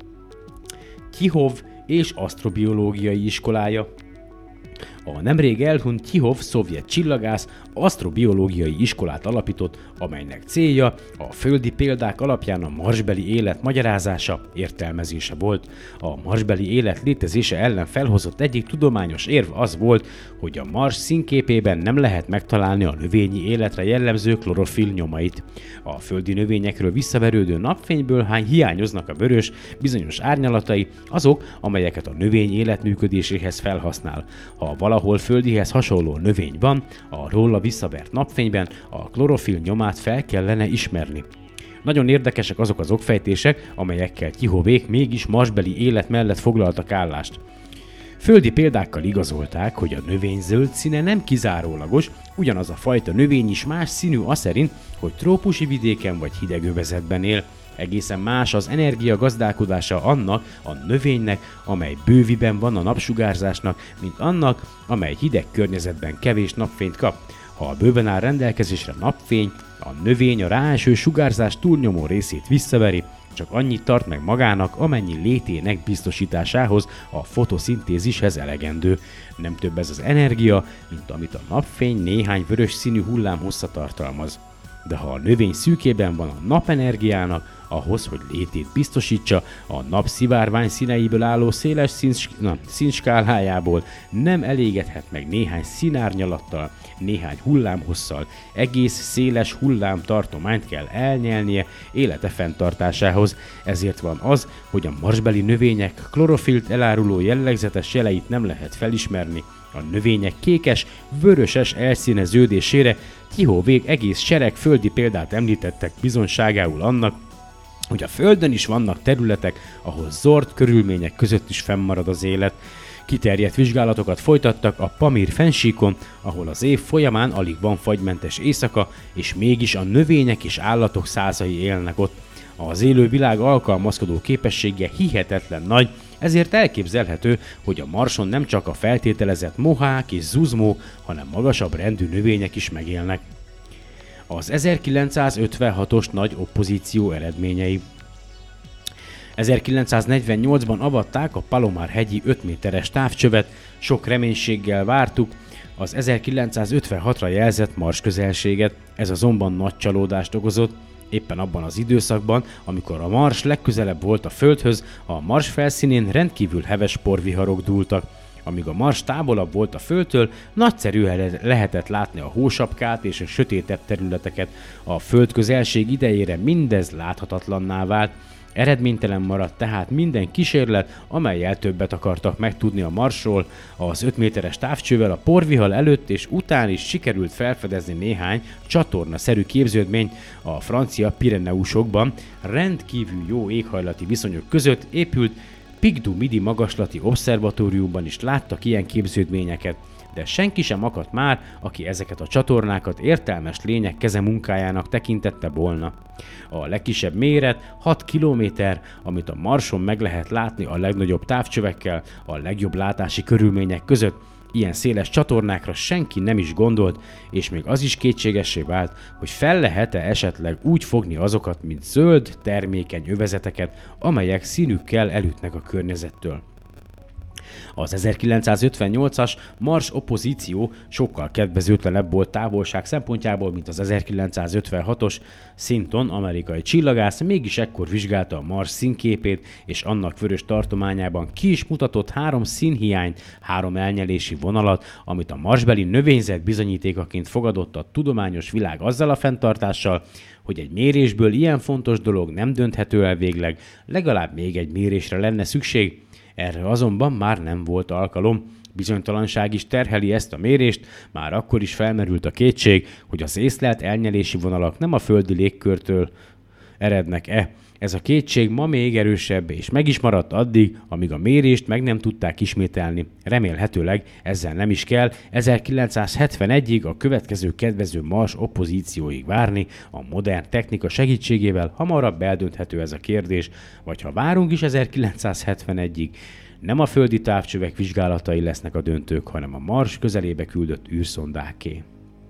Tyihov és asztrobiológiai iskolája. A nemrég elhunyt Tyihov szovjet csillagász asztrobiológiai iskolát alapított, amelynek célja a földi példák alapján a marsbeli élet magyarázása, értelmezése volt. A marsbeli élet létezése ellen felhozott egyik tudományos érv az volt, hogy a Mars színképében nem lehet megtalálni a növényi életre jellemző klorofil nyomait. A földi növényekről visszaverődő napfényből hány hiányoznak a vörös, bizonyos árnyalatai, azok, amelyeket a növény életműködéséhez felhasznál. Ha valahol földihez hasonló növény van, a róla visszavert napfényben a klorofil nyomát fel kellene ismerni. Nagyon érdekesek azok az okfejtések, amelyekkel Tyihovék mégis marsbeli élet mellett foglaltak állást. Földi példákkal igazolták, hogy a növény zöld színe nem kizárólagos, ugyanaz a fajta növény is más színű aszerint, hogy trópusi vidéken vagy hideg övezetben él. Egészen más az energia gazdálkodása annak a növénynek, amely bőviben van a napsugárzásnak, mint annak, amely hideg környezetben kevés napfényt kap. Ha a bőven áll rendelkezésre napfény, a növény a ráeső sugárzás túlnyomó részét visszaveri, csak annyit tart meg magának, amennyi létének biztosításához, a fotoszintézishez elegendő. Nem több ez az energia, mint amit a napfény néhány vörös színű hullámhossza tartalmaz. De ha a növény szűkében van a napenergiának, ahhoz, hogy létét biztosítsa, a nap szivárvány színeiből álló széles színsk- na, színskálájából nem elégedhet meg néhány színárnyalattal, néhány hullámhosszal, egész széles hullámtartományt kell elnyelnie élete fenntartásához. Ezért van az, hogy a marsbeli növények klorofilt eláruló jellegzetes jeleit nem lehet felismerni. A növények kékes, vöröses elszíneződésére Tycho-vék egész sereg földi példát említettek bizonyságául annak, hogy a Földön is vannak területek, ahol zord körülmények között is fennmarad az élet. Kiterjedt vizsgálatokat folytattak a Pamír-fennsíkon, ahol az év folyamán alig van fagymentes éjszaka, és mégis a növények és állatok százai élnek ott. Az élő világ alkalmazkodó képessége hihetetlen nagy, ezért elképzelhető, hogy a Marson nem csak a feltételezett mohák és zuzmók, hanem magasabb rendű növények is megélnek. Az ezerkilencszázötvenhatos nagy oppozíció eredményei. ezerkilencszáznegyvennyolcban avatták a Palomar-hegyi öt méteres távcsövet, sok reménységgel vártuk az ezerkilencszázötvenhatra jelzett Mars közelséget, ez azonban nagy csalódást okozott. Éppen abban az időszakban, amikor a Mars legközelebb volt a Földhöz, a Mars felszínén rendkívül heves porviharok dúltak. Amíg a Mars távolabb volt a Földtől, nagyszerűen lehetett látni a hósapkát és a sötétebb területeket. A Föld közelség idejére mindez láthatatlanná vált. Eredménytelen maradt tehát minden kísérlet, amellyel többet akartak megtudni a Marsról. Az öt méteres távcsővel a porvihar előtt és után is sikerült felfedezni néhány csatornaszerű képződményt a francia Pireneusokban. Rendkívül jó éghajlati viszonyok között épült Pigdou-Midi magaslati obszervatóriumban is láttak ilyen képződményeket, de senki sem akadt már, aki ezeket a csatornákat értelmes lények kezemunkájának tekintette volna. A legkisebb méret hat kilométer, amit a Marson meg lehet látni a legnagyobb távcsövekkel, a legjobb látási körülmények között. Ilyen széles csatornákra senki nem is gondolt, és még az is kétségessé vált, hogy fel lehet-e esetleg úgy fogni azokat, mint zöld, termékeny övezeteket, amelyek színükkel elütnek a környezettől. Az ezerkilencszázötvennyolcas Mars oppozíció sokkal kedvezőtlenebb volt távolság szempontjából, mint az ezerkilencszázötvenhatos. Sinton, amerikai csillagász, mégis ekkor vizsgálta a Mars színképét, és annak vörös tartományában ki is mutatott három színhiányt, három elnyelési vonalat, amit a marsbeli növényzet bizonyítékaként fogadott a tudományos világ azzal a fenntartással, hogy egy mérésből ilyen fontos dolog nem dönthető el végleg, legalább még egy mérésre lenne szükség. Erre azonban már nem volt alkalom. Bizonytalanság is terheli ezt a mérést, már akkor is felmerült a kétség, hogy az észlelt elnyelési vonalak nem a földi légkörtől erednek-e. Ez a kétség ma még erősebb, és meg is maradt addig, amíg a mérést meg nem tudták ismételni. Remélhetőleg ezzel nem is kell ezerkilencszázhetvenegyig a következő kedvező Mars oppozícióig várni, a modern technika segítségével hamarabb eldönthető ez a kérdés, vagy ha várunk is ezerkilencszázhetvenegyig, nem a földi távcsövek vizsgálatai lesznek a döntők, hanem a Mars közelébe küldött űrszondáké.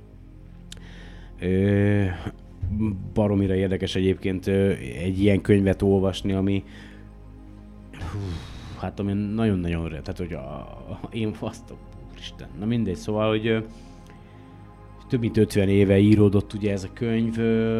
Ö... baromira érdekes egyébként egy ilyen könyvet olvasni, ami hú, hát ami nagyon-nagyon, tehát hogy a, a, én azt, úristen, na mindegy, szóval, hogy több mint ötven éve íródott ugye ez a könyv,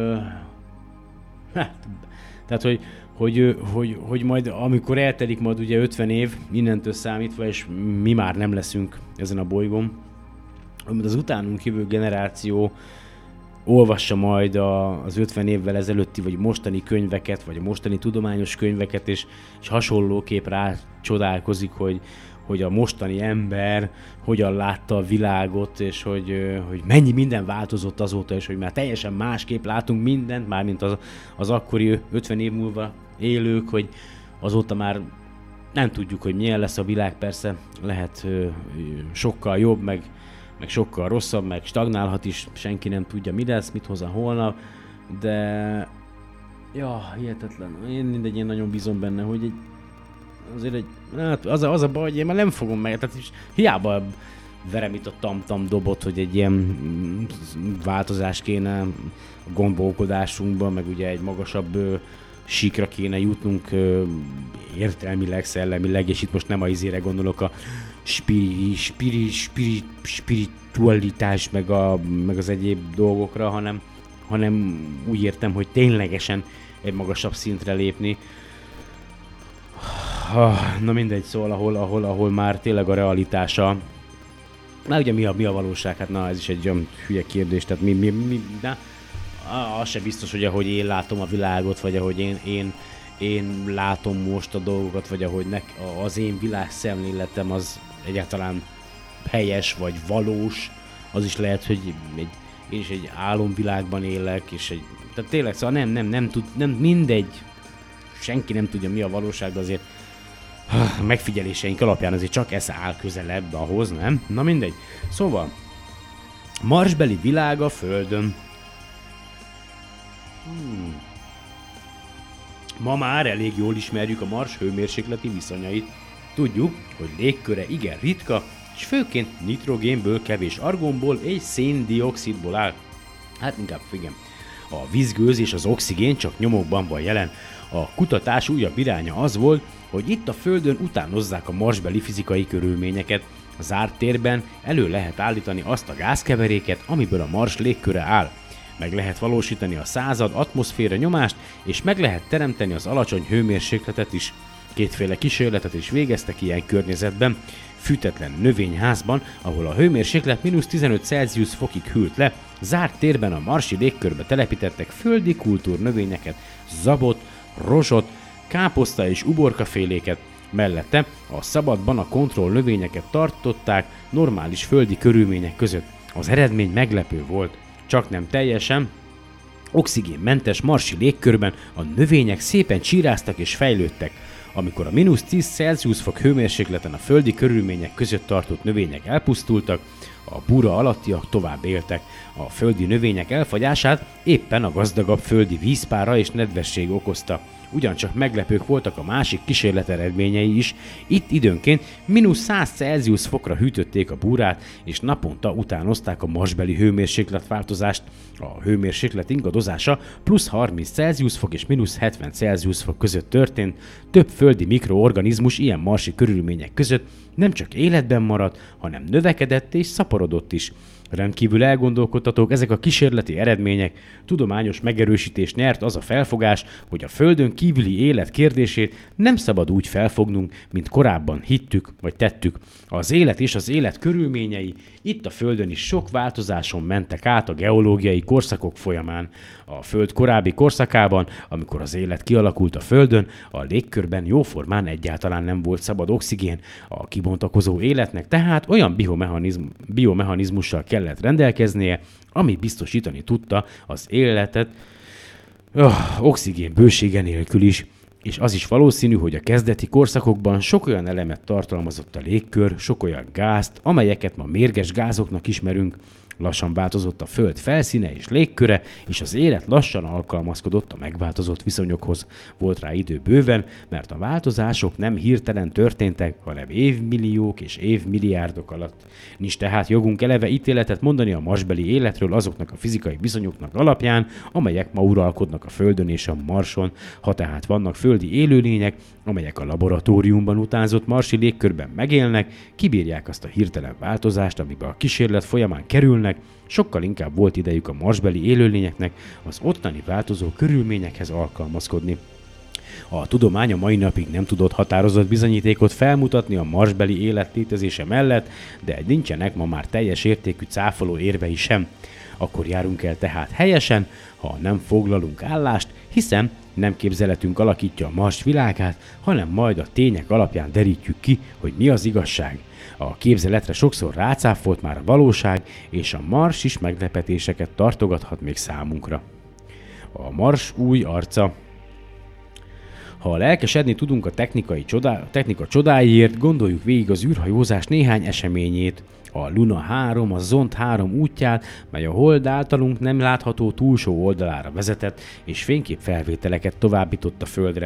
hát, tehát, hogy, hogy, hogy, hogy majd amikor eltelik majd ugye ötven év, innentől számítva, és mi már nem leszünk ezen a bolygón, az utánunk jövő generáció olvassa majd a, az ötven évvel ezelőtti, vagy mostani könyveket, vagy a mostani tudományos könyveket, és, és hasonlóképp rácsodálkozik, hogy, hogy a mostani ember hogyan látta a világot, és hogy, hogy mennyi minden változott azóta, és hogy már teljesen másképp látunk mindent, mármint az, az akkori ötven év múlva élők, hogy azóta már nem tudjuk, hogy milyen lesz a világ, persze lehet ö, sokkal jobb, meg meg sokkal rosszabb, meg stagnálhat is, senki nem tudja, mi lesz, mit hoz a holnap, de ja, hihetetlen. Én mindegy, én nagyon bízom benne, hogy egy, azért egy, hát az a, az a baj, hogy én már nem fogom meg, tehát is hiába verem itt a tam-tam dobot, hogy egy ilyen változás kéne a gondolkodásunkban, meg ugye egy magasabb síkra kéne jutnunk értelmileg, szellemileg, és itt most nem a izére gondolok, a spiri, spiri, spiri, spiritualitás, meg, a, meg az egyéb dolgokra, hanem, hanem úgy értem, hogy ténylegesen egy magasabb szintre lépni. Na mindegy, szóval ahol, ahol, ahol már tényleg a realitása. Na ugye mi a, mi a valóság? Hát na ez is egy olyan hülye kérdés, tehát mi, mi, mi na, az se biztos, hogy ahogy én látom a világot, vagy ahogy én, én, én látom most a dolgokat, vagy ahogy nek, az én világszemléletem az egyáltalán helyes, vagy valós. Az is lehet, hogy egy, én is egy álomvilágban élek, és egy, tehát tényleg, szóval nem, nem, nem tud, nem mindegy, senki nem tudja mi a valóság, de azért a megfigyeléseink alapján azért csak ez áll közelebb ahhoz, nem? Na mindegy. Szóval, marsbeli világ a Földön. Hmm. Ma már elég jól ismerjük a Mars hőmérsékleti viszonyait. Tudjuk, hogy légköre igen ritka, és főként nitrogénből, kevés argonból és széndioxidból áll. Hát inkább igen. A vízgőz és az oxigén csak nyomokban van jelen. A kutatás újabb iránya az volt, hogy itt a Földön utánozzák a marsbeli fizikai körülményeket. A zárt térben elő lehet állítani azt a gázkeveréket, amiből a Mars légköre áll. Meg lehet valósítani a század atmoszféra nyomást, és meg lehet teremteni az alacsony hőmérsékletet is. Kétféle kísérletet is végeztek ilyen környezetben. Fűtetlen növényházban, ahol a hőmérséklet mínusz tizenöt Celsius fokig hűlt le, zárt térben a marsi légkörbe telepítettek földi kultúrnövényeket, zabot, rozsot, káposzta és uborkaféléket. Mellette a szabadban a kontroll növényeket tartották normális földi körülmények között. Az eredmény meglepő volt. Csak nem teljesen. Oxigénmentes marsi légkörben a növények szépen csíráztak és fejlődtek. Amikor a mínusz tíz Celsius fok hőmérsékleten a földi körülmények között tartott növények elpusztultak, a búra alattiak tovább éltek. A földi növények elfagyását éppen a gazdagabb földi vízpára és nedvesség okozta. Ugyancsak meglepők voltak a másik kísérlet eredményei is. Itt időnként mínusz száz Celsius fokra hűtötték a búrát, és naponta utánozták a marsbeli hőmérséklet változást. A hőmérséklet ingadozása plusz harminc Celsius fok és mínusz hetven Celsius fok között történt. Több földi mikroorganizmus ilyen marsi körülmények között nem csak életben maradt, hanem növekedett és szaporodott is. Rendkívül elgondolkodtatók ezek a kísérleti eredmények. Tudományos megerősítést nyert az a felfogás, hogy a Földön kívüli élet kérdését nem szabad úgy felfognunk, mint korábban hittük vagy tettük. Az élet és az élet körülményei itt a Földön is sok változáson mentek át a geológiai korszakok folyamán. A Föld korábbi korszakában, amikor az élet kialakult a Földön, a légkörben jóformán egyáltalán nem volt szabad oxigén. A kibontakozó életnek tehát olyan biomechanizm, biomechanizmussal kellett rendelkeznie, ami biztosítani tudta az életet oh, oxigén bősége nélkül is. És az is valószínű, hogy a kezdeti korszakokban sok olyan elemet tartalmazott a légkör, sok olyan gázt, amelyeket ma mérges gázoknak ismerünk. Lassan változott a Föld felszíne és légköre, és az élet lassan alkalmazkodott a megváltozott viszonyokhoz. Volt rá idő bőven, mert a változások nem hirtelen történtek, hanem évmilliók és évmilliárdok alatt. Nincs tehát jogunk eleve ítéletet mondani a marsbeli életről azoknak a fizikai viszonyoknak alapján, amelyek ma uralkodnak a Földön és a Marson. Ha tehát vannak földi élőlények, amelyek a laboratóriumban utánzott marsi légkörben megélnek, kibírják azt a hirtelen változást, amiben a kísérlet folyamán kerülnek, sokkal inkább volt idejük a marsbeli élőlényeknek az ottani változó körülményekhez alkalmazkodni. A tudomány a mai napig nem tudott határozott bizonyítékot felmutatni a marsbeli élet létezése mellett, de nincsenek ma már teljes értékű cáfoló érvei sem. Akkor járunk el tehát helyesen, ha nem foglalunk állást, hiszen nem képzeletünk alakítja a Mars világát, hanem majd a tények alapján derítjük ki, hogy mi az igazság. A képzeletre sokszor rácáfolt már a valóság, és a Mars is meglepetéseket tartogathat még számunkra. A Mars új arca. Ha lelkesedni tudunk a technikai csodá, technika csodáiért, gondoljuk végig az űrhajózás néhány eseményét. A Luna három, a Zond három útját, mely a Hold általunk nem látható túlsó oldalára vezetett, és fényképfelvételeket továbbított a Földre.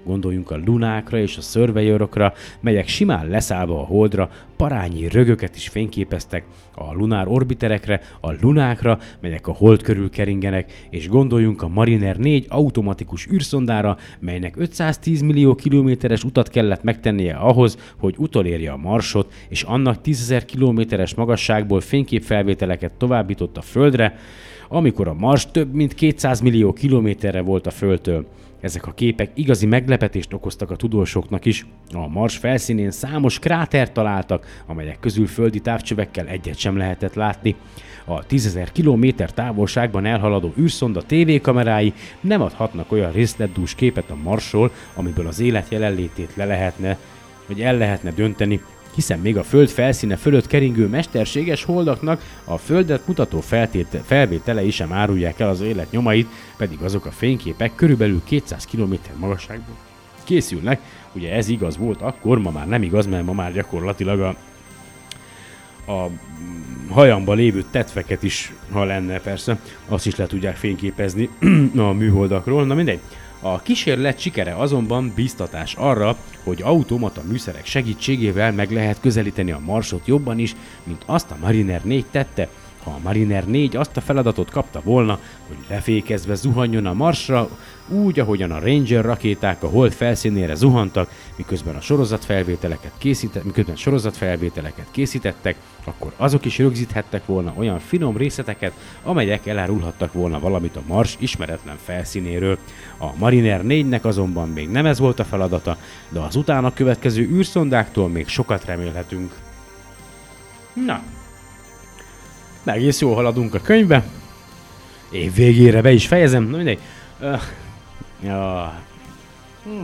gondoljunk a lunákra és a surveyorokra, melyek simán leszállva a holdra parányi rögöket is fényképeztek, a lunár orbiterekre, a lunákra, melyek a hold körül keringenek, és gondoljunk a Mariner négy automatikus űrszondára, melynek ötszáztíz millió kilométeres utat kellett megtennie ahhoz, hogy utolérje a Marsot, és annak tízezer kilométeres magasságból fényképfelvételeket továbbított a Földre, amikor a Mars több mint kétszáz millió kilométerre volt a Földtől. Ezek a képek igazi meglepetést okoztak a tudósoknak is. A Mars felszínén számos krátert találtak, amelyek közül földi távcsövekkel egyet sem lehetett látni. A tízezer kilométer távolságban elhaladó űrszonda tévékamerái nem adhatnak olyan részletdús képet a Marsról, amiből az élet jelenlétét le lehetne, vagy el lehetne dönteni, hiszen még a Föld felszíne fölött keringő mesterséges holdaknak a Földet mutató feltéte, felvételei sem árulják el az élet nyomait, pedig azok a fényképek körülbelül kétszáz kilométer magasságból készülnek. Ugye ez igaz volt akkor, ma már nem igaz, mert ma már gyakorlatilag a, a hajamba lévő tetveket is, ha lenne persze, azt is le tudják fényképezni a műholdakról. Na mindegy. A kísérlet sikere azonban biztatás arra, hogy automata műszerek segítségével meg lehet közelíteni a Marsot jobban is, mint azt a Mariner négy tette. Ha a Mariner négy azt a feladatot kapta volna, hogy lefékezve zuhanjon a Marsra, úgy, ahogyan a Ranger rakéták a hold felszínére zuhantak, miközben a sorozatfelvételeket, készített, miközben sorozatfelvételeket készítettek, akkor azok is rögzíthettek volna olyan finom részleteket, amelyek elárulhattak volna valamit a Mars ismeretlen felszínéről. A Mariner négynek azonban még nem ez volt a feladata, de az utána következő űrszondáktól még sokat remélhetünk. Na, egész jól haladunk a könyvbe. Év végére be is fejezem, na mindegy. Uh, ja. hm.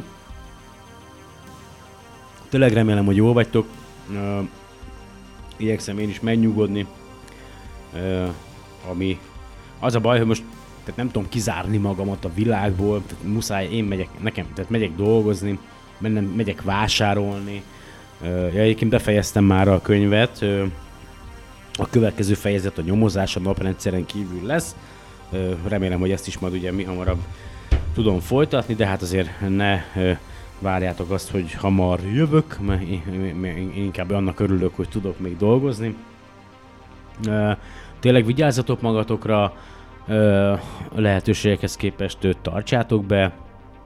Tényleg remélem, hogy jól vagytok. Uh, igyekszem én is megnyugodni. Uh, ami az a baj, hogy most tehát nem tudom kizárni magamat a világból, tehát muszáj, én megyek, nekem, tehát megyek dolgozni, nem megyek vásárolni. Uh, ja, egyébként befejeztem már a könyvet. Uh, A következő fejezet a nyomozás a naprendszeren kívül lesz. Remélem, hogy ezt is majd ugye mi hamarabb tudom folytatni, de hát azért ne várjátok azt, hogy hamar jövök, mert én inkább annak örülök, hogy tudok még dolgozni. Tényleg vigyázzatok magatokra, a lehetőségekhez képest tartsátok be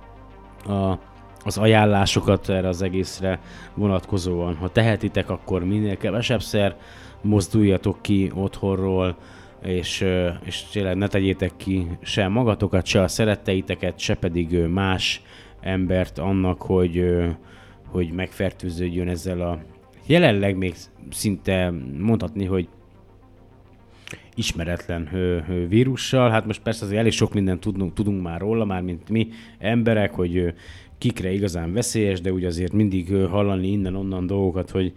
az ajánlásokat erre az egészre vonatkozóan. Ha tehetitek, akkor minél kevesebbszer mozduljatok ki otthonról, és, és tényleg ne tegyétek ki se magatokat, se a szeretteiteket, se pedig más embert annak, hogy, hogy megfertőződjön ezzel a jelenleg még szinte mondhatni, hogy ismeretlen vírussal. Hát most persze azért elég sok mindent tudunk, tudunk már róla, már mint mi emberek, hogy kikre igazán veszélyes, de ugye azért mindig hallani innen-onnan dolgokat, hogy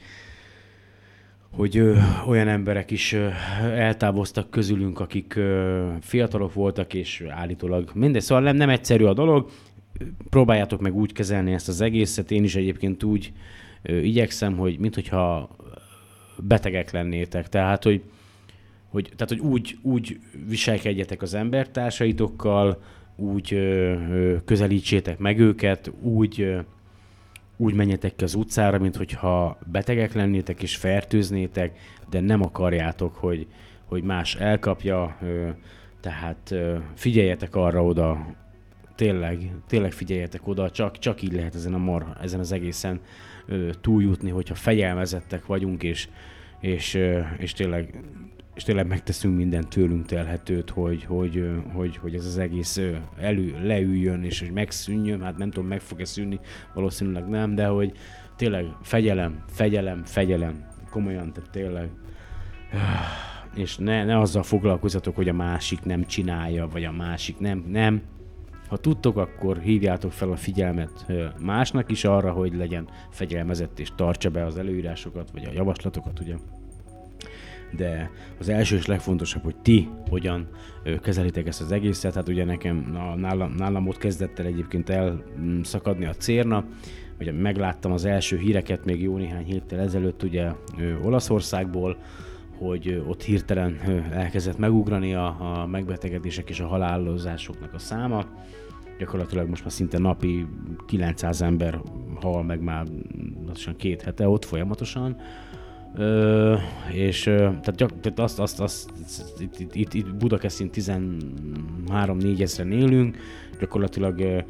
hogy ö, olyan emberek is ö, eltávoztak közülünk, akik ö, fiatalok voltak, és állítólag mindegy. Szóval nem, nem egyszerű a dolog, próbáljátok meg úgy kezelni ezt az egészet. Én is egyébként úgy ö, igyekszem, hogy minthogyha betegek lennétek. Tehát, hogy, hogy, tehát, hogy úgy, úgy viselkedjetek az embertársaitokkal, úgy ö, ö, közelítsétek meg őket, úgy... Ö, úgy menjetek ki az utcára, mint hogyha betegek lennétek és fertőznétek, de nem akarjátok, hogy, hogy más elkapja, tehát figyeljetek arra oda, tényleg, tényleg figyeljetek oda, csak, csak így lehet ezen, a mar, ezen az egészen túljutni, hogyha fegyelmezettek vagyunk, és, és, és, tényleg, és tényleg megteszünk mindent tőlünk telhetőt, hogy, hogy, hogy, hogy ez az egész elő, leüljön, és hogy megszűnjön. Hát nem tudom, meg fog-e szűnni, valószínűleg nem, de hogy tényleg fegyelem, fegyelem, fegyelem, komolyan, tehát tényleg. És ne, ne azzal foglalkozzatok, hogy a másik nem csinálja, vagy a másik nem, nem. Ha tudtok, akkor hívjátok fel a figyelmet másnak is arra, hogy legyen fegyelmezett és tartsa be az előírásokat, vagy a javaslatokat, ugye. De az első és legfontosabb, hogy ti hogyan kezelitek ezt az egészet. Hát ugye nekem, nálam, nálam ott kezdett el egyébként elszakadni a cérna. Ugye megláttam az első híreket még jó néhány héttel ezelőtt ugye Olaszországból, hogy ott hirtelen elkezdett megugrani a, a megbetegedések és a halálozásoknak a száma. gyakorlatilag most már szinte napi kilencszáz ember hal meg már lassan két hete ott folyamatosan. Ö, és tehát, gyak, tehát azt, azt, azt itt, itt, itt, itt Budakeszin tizenhárom-négy ezren élünk, gyakorlatilag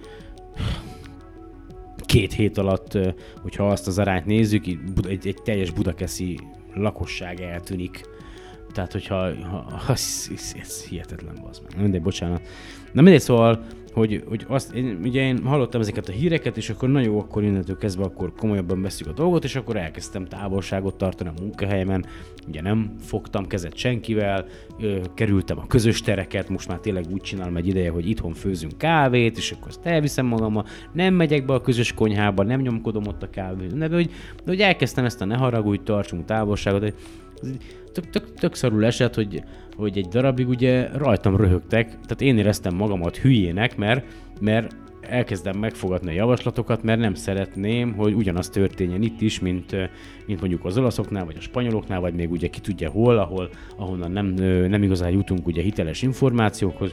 két hét alatt, hogyha azt az arányt nézzük, egy, egy teljes budakeszi lakosság eltűnik. Tehát, hogyha ha, ez, ez, ez hihetetlen, bazd meg. Mindegy, bocsánat. Na mindegy, szóval, hogy, hogy azt, én, ugye én hallottam ezeket a híreket, és akkor na jó, akkor innentől kezdve akkor komolyabban veszük a dolgot, és akkor elkezdtem távolságot tartani a munkahelyemen. Ugye nem fogtam kezet senkivel, ö, kerültem a közös tereket, most már tényleg úgy csinálom egy ideje, hogy itthon főzünk kávét, és akkor azt elviszem magammal, nem megyek be a közös konyhába, nem nyomkodom ott a kávét, de hogy, de hogy elkezdtem ezt a ne haragudj, tartsunk távolságot. Tök, tök, tök szarul esett, hogy, hogy egy darabig ugye rajtam röhögtek, tehát én éreztem magamat hülyének, mert, mert elkezdem megfogadni a javaslatokat, mert nem szeretném, hogy ugyanaz történjen itt is, mint, mint mondjuk az olaszoknál, vagy a spanyoloknál, vagy még ugye ki tudja hol, ahol, ahonnan nem, nem igazán jutunk ugye hiteles információkhoz.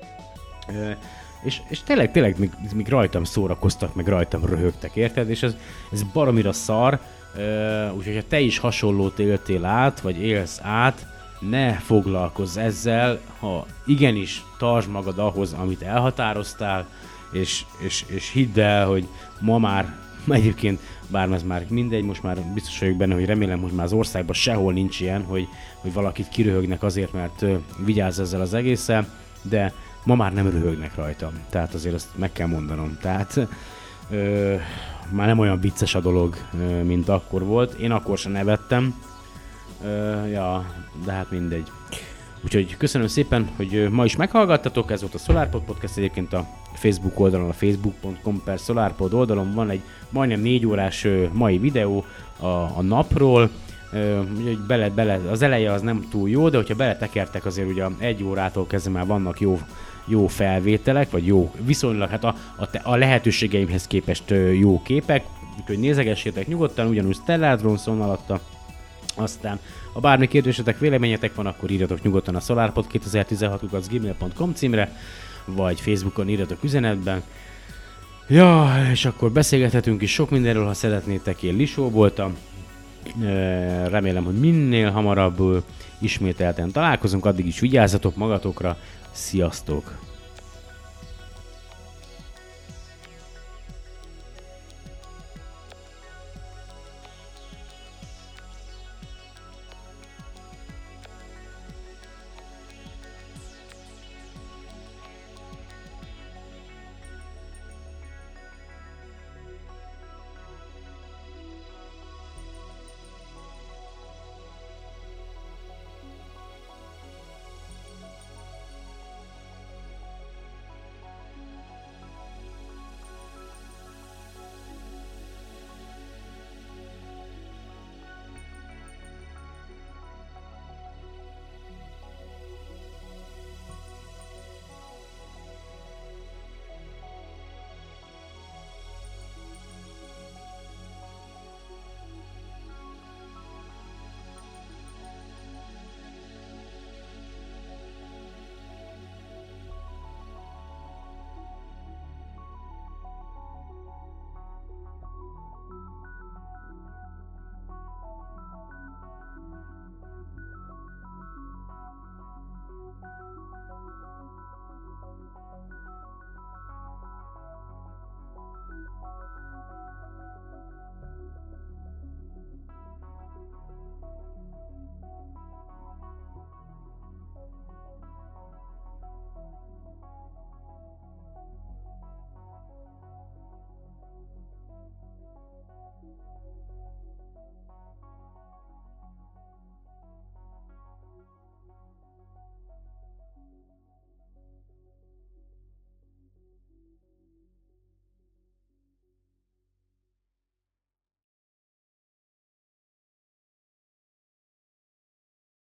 És, és tényleg, tényleg még, még rajtam szórakoztak, meg rajtam röhögtek, érted? És ez, ez baromira szar, uh, úgyhogy ha te is hasonlót éltél át, vagy élsz át, ne foglalkozz ezzel, ha igenis tartsd magad ahhoz, amit elhatároztál, és, és, és hidd el, hogy ma már, egyébként, bár ez már mindegy, most már biztos vagyok benne, hogy remélem, hogy már az országban sehol nincs ilyen, hogy, hogy valakit kiröhögnek azért, mert uh, vigyázz ezzel az egésszel, de ma már nem röhögnek rajtam, tehát azért azt meg kell mondanom. Tehát ö, már nem olyan vicces a dolog, ö, mint akkor volt. Én akkor sem nevettem, ö, ja, de hát mindegy. Úgyhogy köszönöm szépen, hogy ma is meghallgattatok, ez volt a SolarPod Podcast, egyébként a Facebook oldalon, a facebook pont com per SolarPod oldalon van egy majdnem négy órás ö, mai videó a, a napról. Úgyhogy bele, bele, az eleje az nem túl jó, de hogyha beletekertek, azért ugye egy órától kezdve már vannak jó, jó felvételek, vagy jó, viszonylag hát a, a, a lehetőségeimhez képest jó képek, úgyhogy nézegessétek nyugodtan, ugyanúgy Stellar Bronson alatta. Aztán, ha bármi kérdésetek, véleményetek van, akkor írjatok nyugodtan a solarpod kétezer-tizenhat kukac gmail pont com címre, vagy Facebookon írjatok üzenetben. Ja, és akkor beszélgethetünk is sok mindenről, ha szeretnétek, én Lisó voltam. Remélem, hogy minél hamarabb ismételten találkozunk, addig is vigyázzatok magatokra, sziasztok!